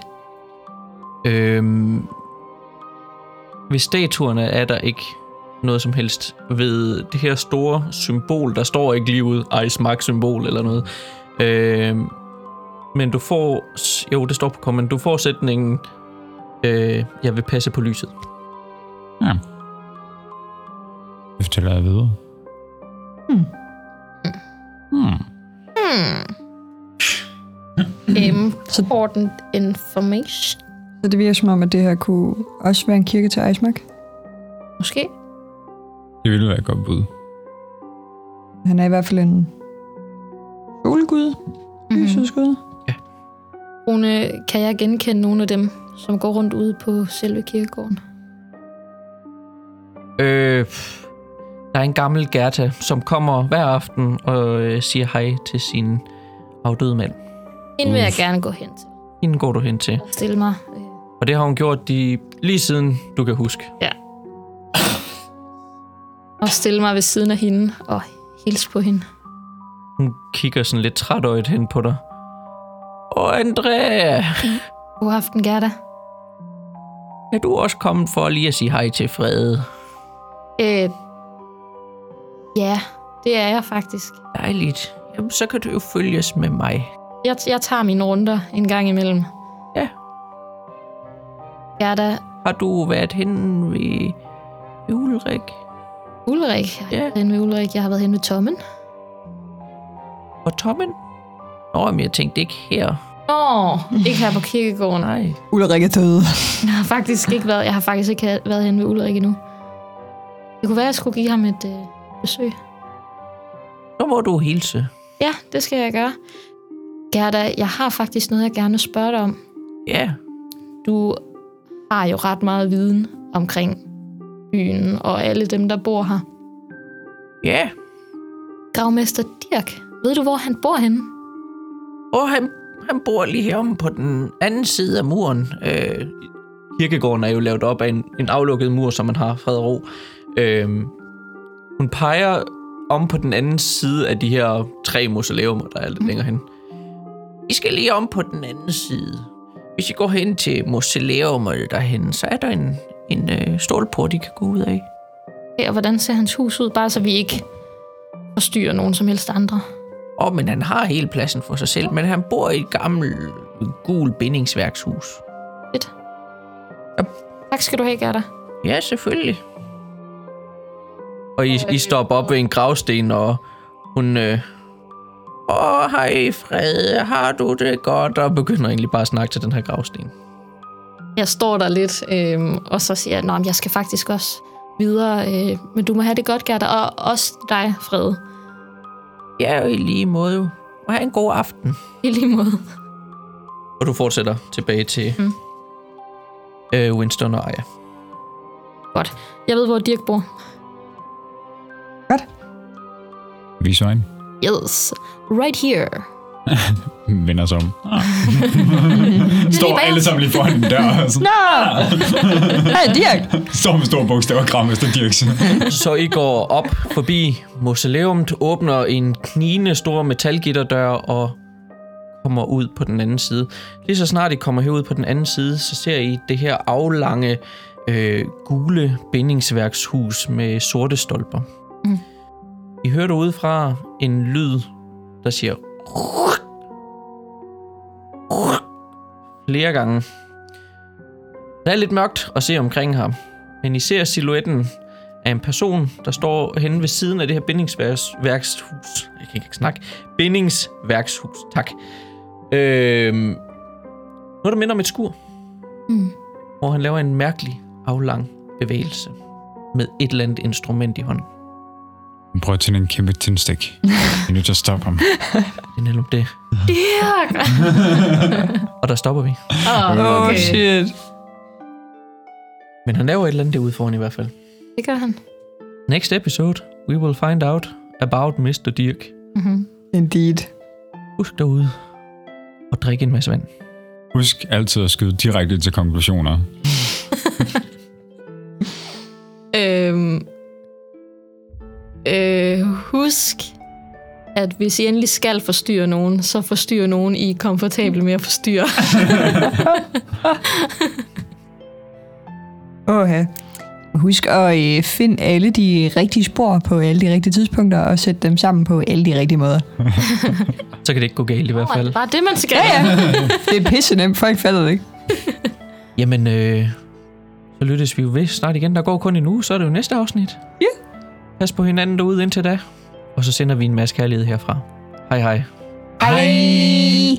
Øhm, ved statuerne er der ikke noget som helst. Ved det her store symbol, der står ikke lige ud, Icemark-symbol eller noget. Øhm, men du får... Jo, det står på kommen. Du får sætningen, øh, jeg vil passe på lyset. Ja. fortæller jeg videre. Hmm. Hmm. Hmm. Important information. Så det virker som om, at det her kunne også være en kirke til Eismark. Måske. Det ville være et godt bud. Han er i hvert fald en solgud. Lysesgud. Ja. Rune, kan jeg genkende nogle af dem, som går rundt ude på selve kirkegården? Øh, der er en gammel Gerta, som kommer hver aften og øh, siger hej til sin afdøde mand. Hende vil jeg gerne gå hen til. Hende går du hen til. Stille mig. Og det har hun gjort de, lige siden du kan huske. Ja. Og stille mig ved siden af hende og hilse på hende. Hun kigger sådan lidt trætøjet hen på dig. Og Andrea! God aften, Gerda. Er du også kommet for lige at sige hej til Frede? Øh, ja, det er jeg faktisk. Dejligt. Jamen, så kan du jo følges med mig. Jeg, jeg tager mine runder en gang imellem. Ja. Gerda. Har du været henne ved Ulrik? Ulrik? Jeg har ja. været henne ved Ulrik. Jeg har været henne ved Tommen. Og Tommen? Nå, men jeg tænkte ikke her. Nå, ikke her på kirkegården. Nej. Ulrik er død. Jeg har faktisk ikke været, jeg har faktisk ikke været henne ved Ulrik endnu. Det kunne være, at jeg skulle give ham et øh, besøg. Så må du hilse. Ja, det skal jeg gøre. Gerda, jeg har faktisk noget, jeg gerne vil spørge dig om. Ja. Du har jo ret meget viden omkring byen og alle dem, der bor her. Ja. Gravmester Dirk, ved du, hvor han bor henne? Og han, han bor lige heromme på den anden side af muren. Øh, kirkegården er jo lavet op af en, en aflukket mur, som man har fred og ro. Øh, hun peger om på den anden side af de her tre mausoleumer, der er lidt mm. længere hen. I skal lige om på den anden side. Hvis I går hen til mausoleumet derhen, så er der en, en øh, stålport, I kan gå ud af. Okay, og hvordan ser hans hus ud? Bare så vi ikke forstyrrer nogen som helst andre. Åh, oh, men han har hele pladsen for sig selv, men han bor i et gammelt, gul bindingsværkshus. Fedt. Ja. Tak skal du have, Gerda. Ja, selvfølgelig. Og I, I stopper op ved en gravsten, og hun... Øh, Åh, hej Frede, har du det godt? Og begynder egentlig bare at snakke til den her gravsten. Jeg står der lidt, øh, og så siger jeg, at jeg skal faktisk også videre, øh, men du må have det godt, Gerda, og også dig, Frede. Ja, og i lige måde. Og have en god aften. I lige måde. Og du fortsætter tilbage til mm. øh, Winston og Aya. Godt. Jeg ved, hvor Dirk bor. Godt. Vis vejen. Yes. Right here. Vender sig om. Står alle sammen lige foran den dør. Nå! Hej, Dirk! Står med store bogstaver, gravmester Dirksen. Så I går op forbi mausoleumet, åbner en knigende stor metalgitterdør og kommer ud på den anden side. Lige så snart I kommer herud på den anden side, så ser I det her aflange, øh, gule bindingsværkshus med sorte stolper. Mm. I hører derudefra en lyd, der siger flere gange. Det er lidt mørkt at se omkring ham, men I ser silhuetten af en person, der står henne ved siden af det her bindingsværkshus. Jeg kan ikke snakke. Bindingsværkshus, tak. Øhm, noget, der minder om et skur. Mm. Hvor han laver en mærkelig, aflang bevægelse med et eller andet instrument i hånden. Prøv at tænde en kæmpe tændstik. Vi er nødt til at stoppe ham. Det er netop det. Dirk! Og der stopper vi. Oh, okay. Oh, shit. Men han laver et eller andet derude foran i hvert fald. Det gør han. Next episode, we will find out about mister Dirk. Mm-hmm. Indeed. Husk derude og drikke en masse vand. Husk altid at skyde direkte til konklusioner. øhm, øh, husk, at hvis I endelig skal forstyrre nogen, så forstyrre nogen, I er komfortable med at forstyrre. Åh, ja. Husk at øh, finde alle de rigtige spor på alle de rigtige tidspunkter, og sætte dem sammen på alle de rigtige måder. Så kan det ikke gå galt i hvert fald. Bare det, man skal. Ja, ja. Det er pisse nemt, folk fatter det ikke. Jamen, øh, så lyttes vi jo ved snart igen. Der går kun en uge, så er det jo næste afsnit. Ja. Pas på hinanden derude indtil da. Og så sender vi en masse kærlighed herfra. Hej hej. Hej!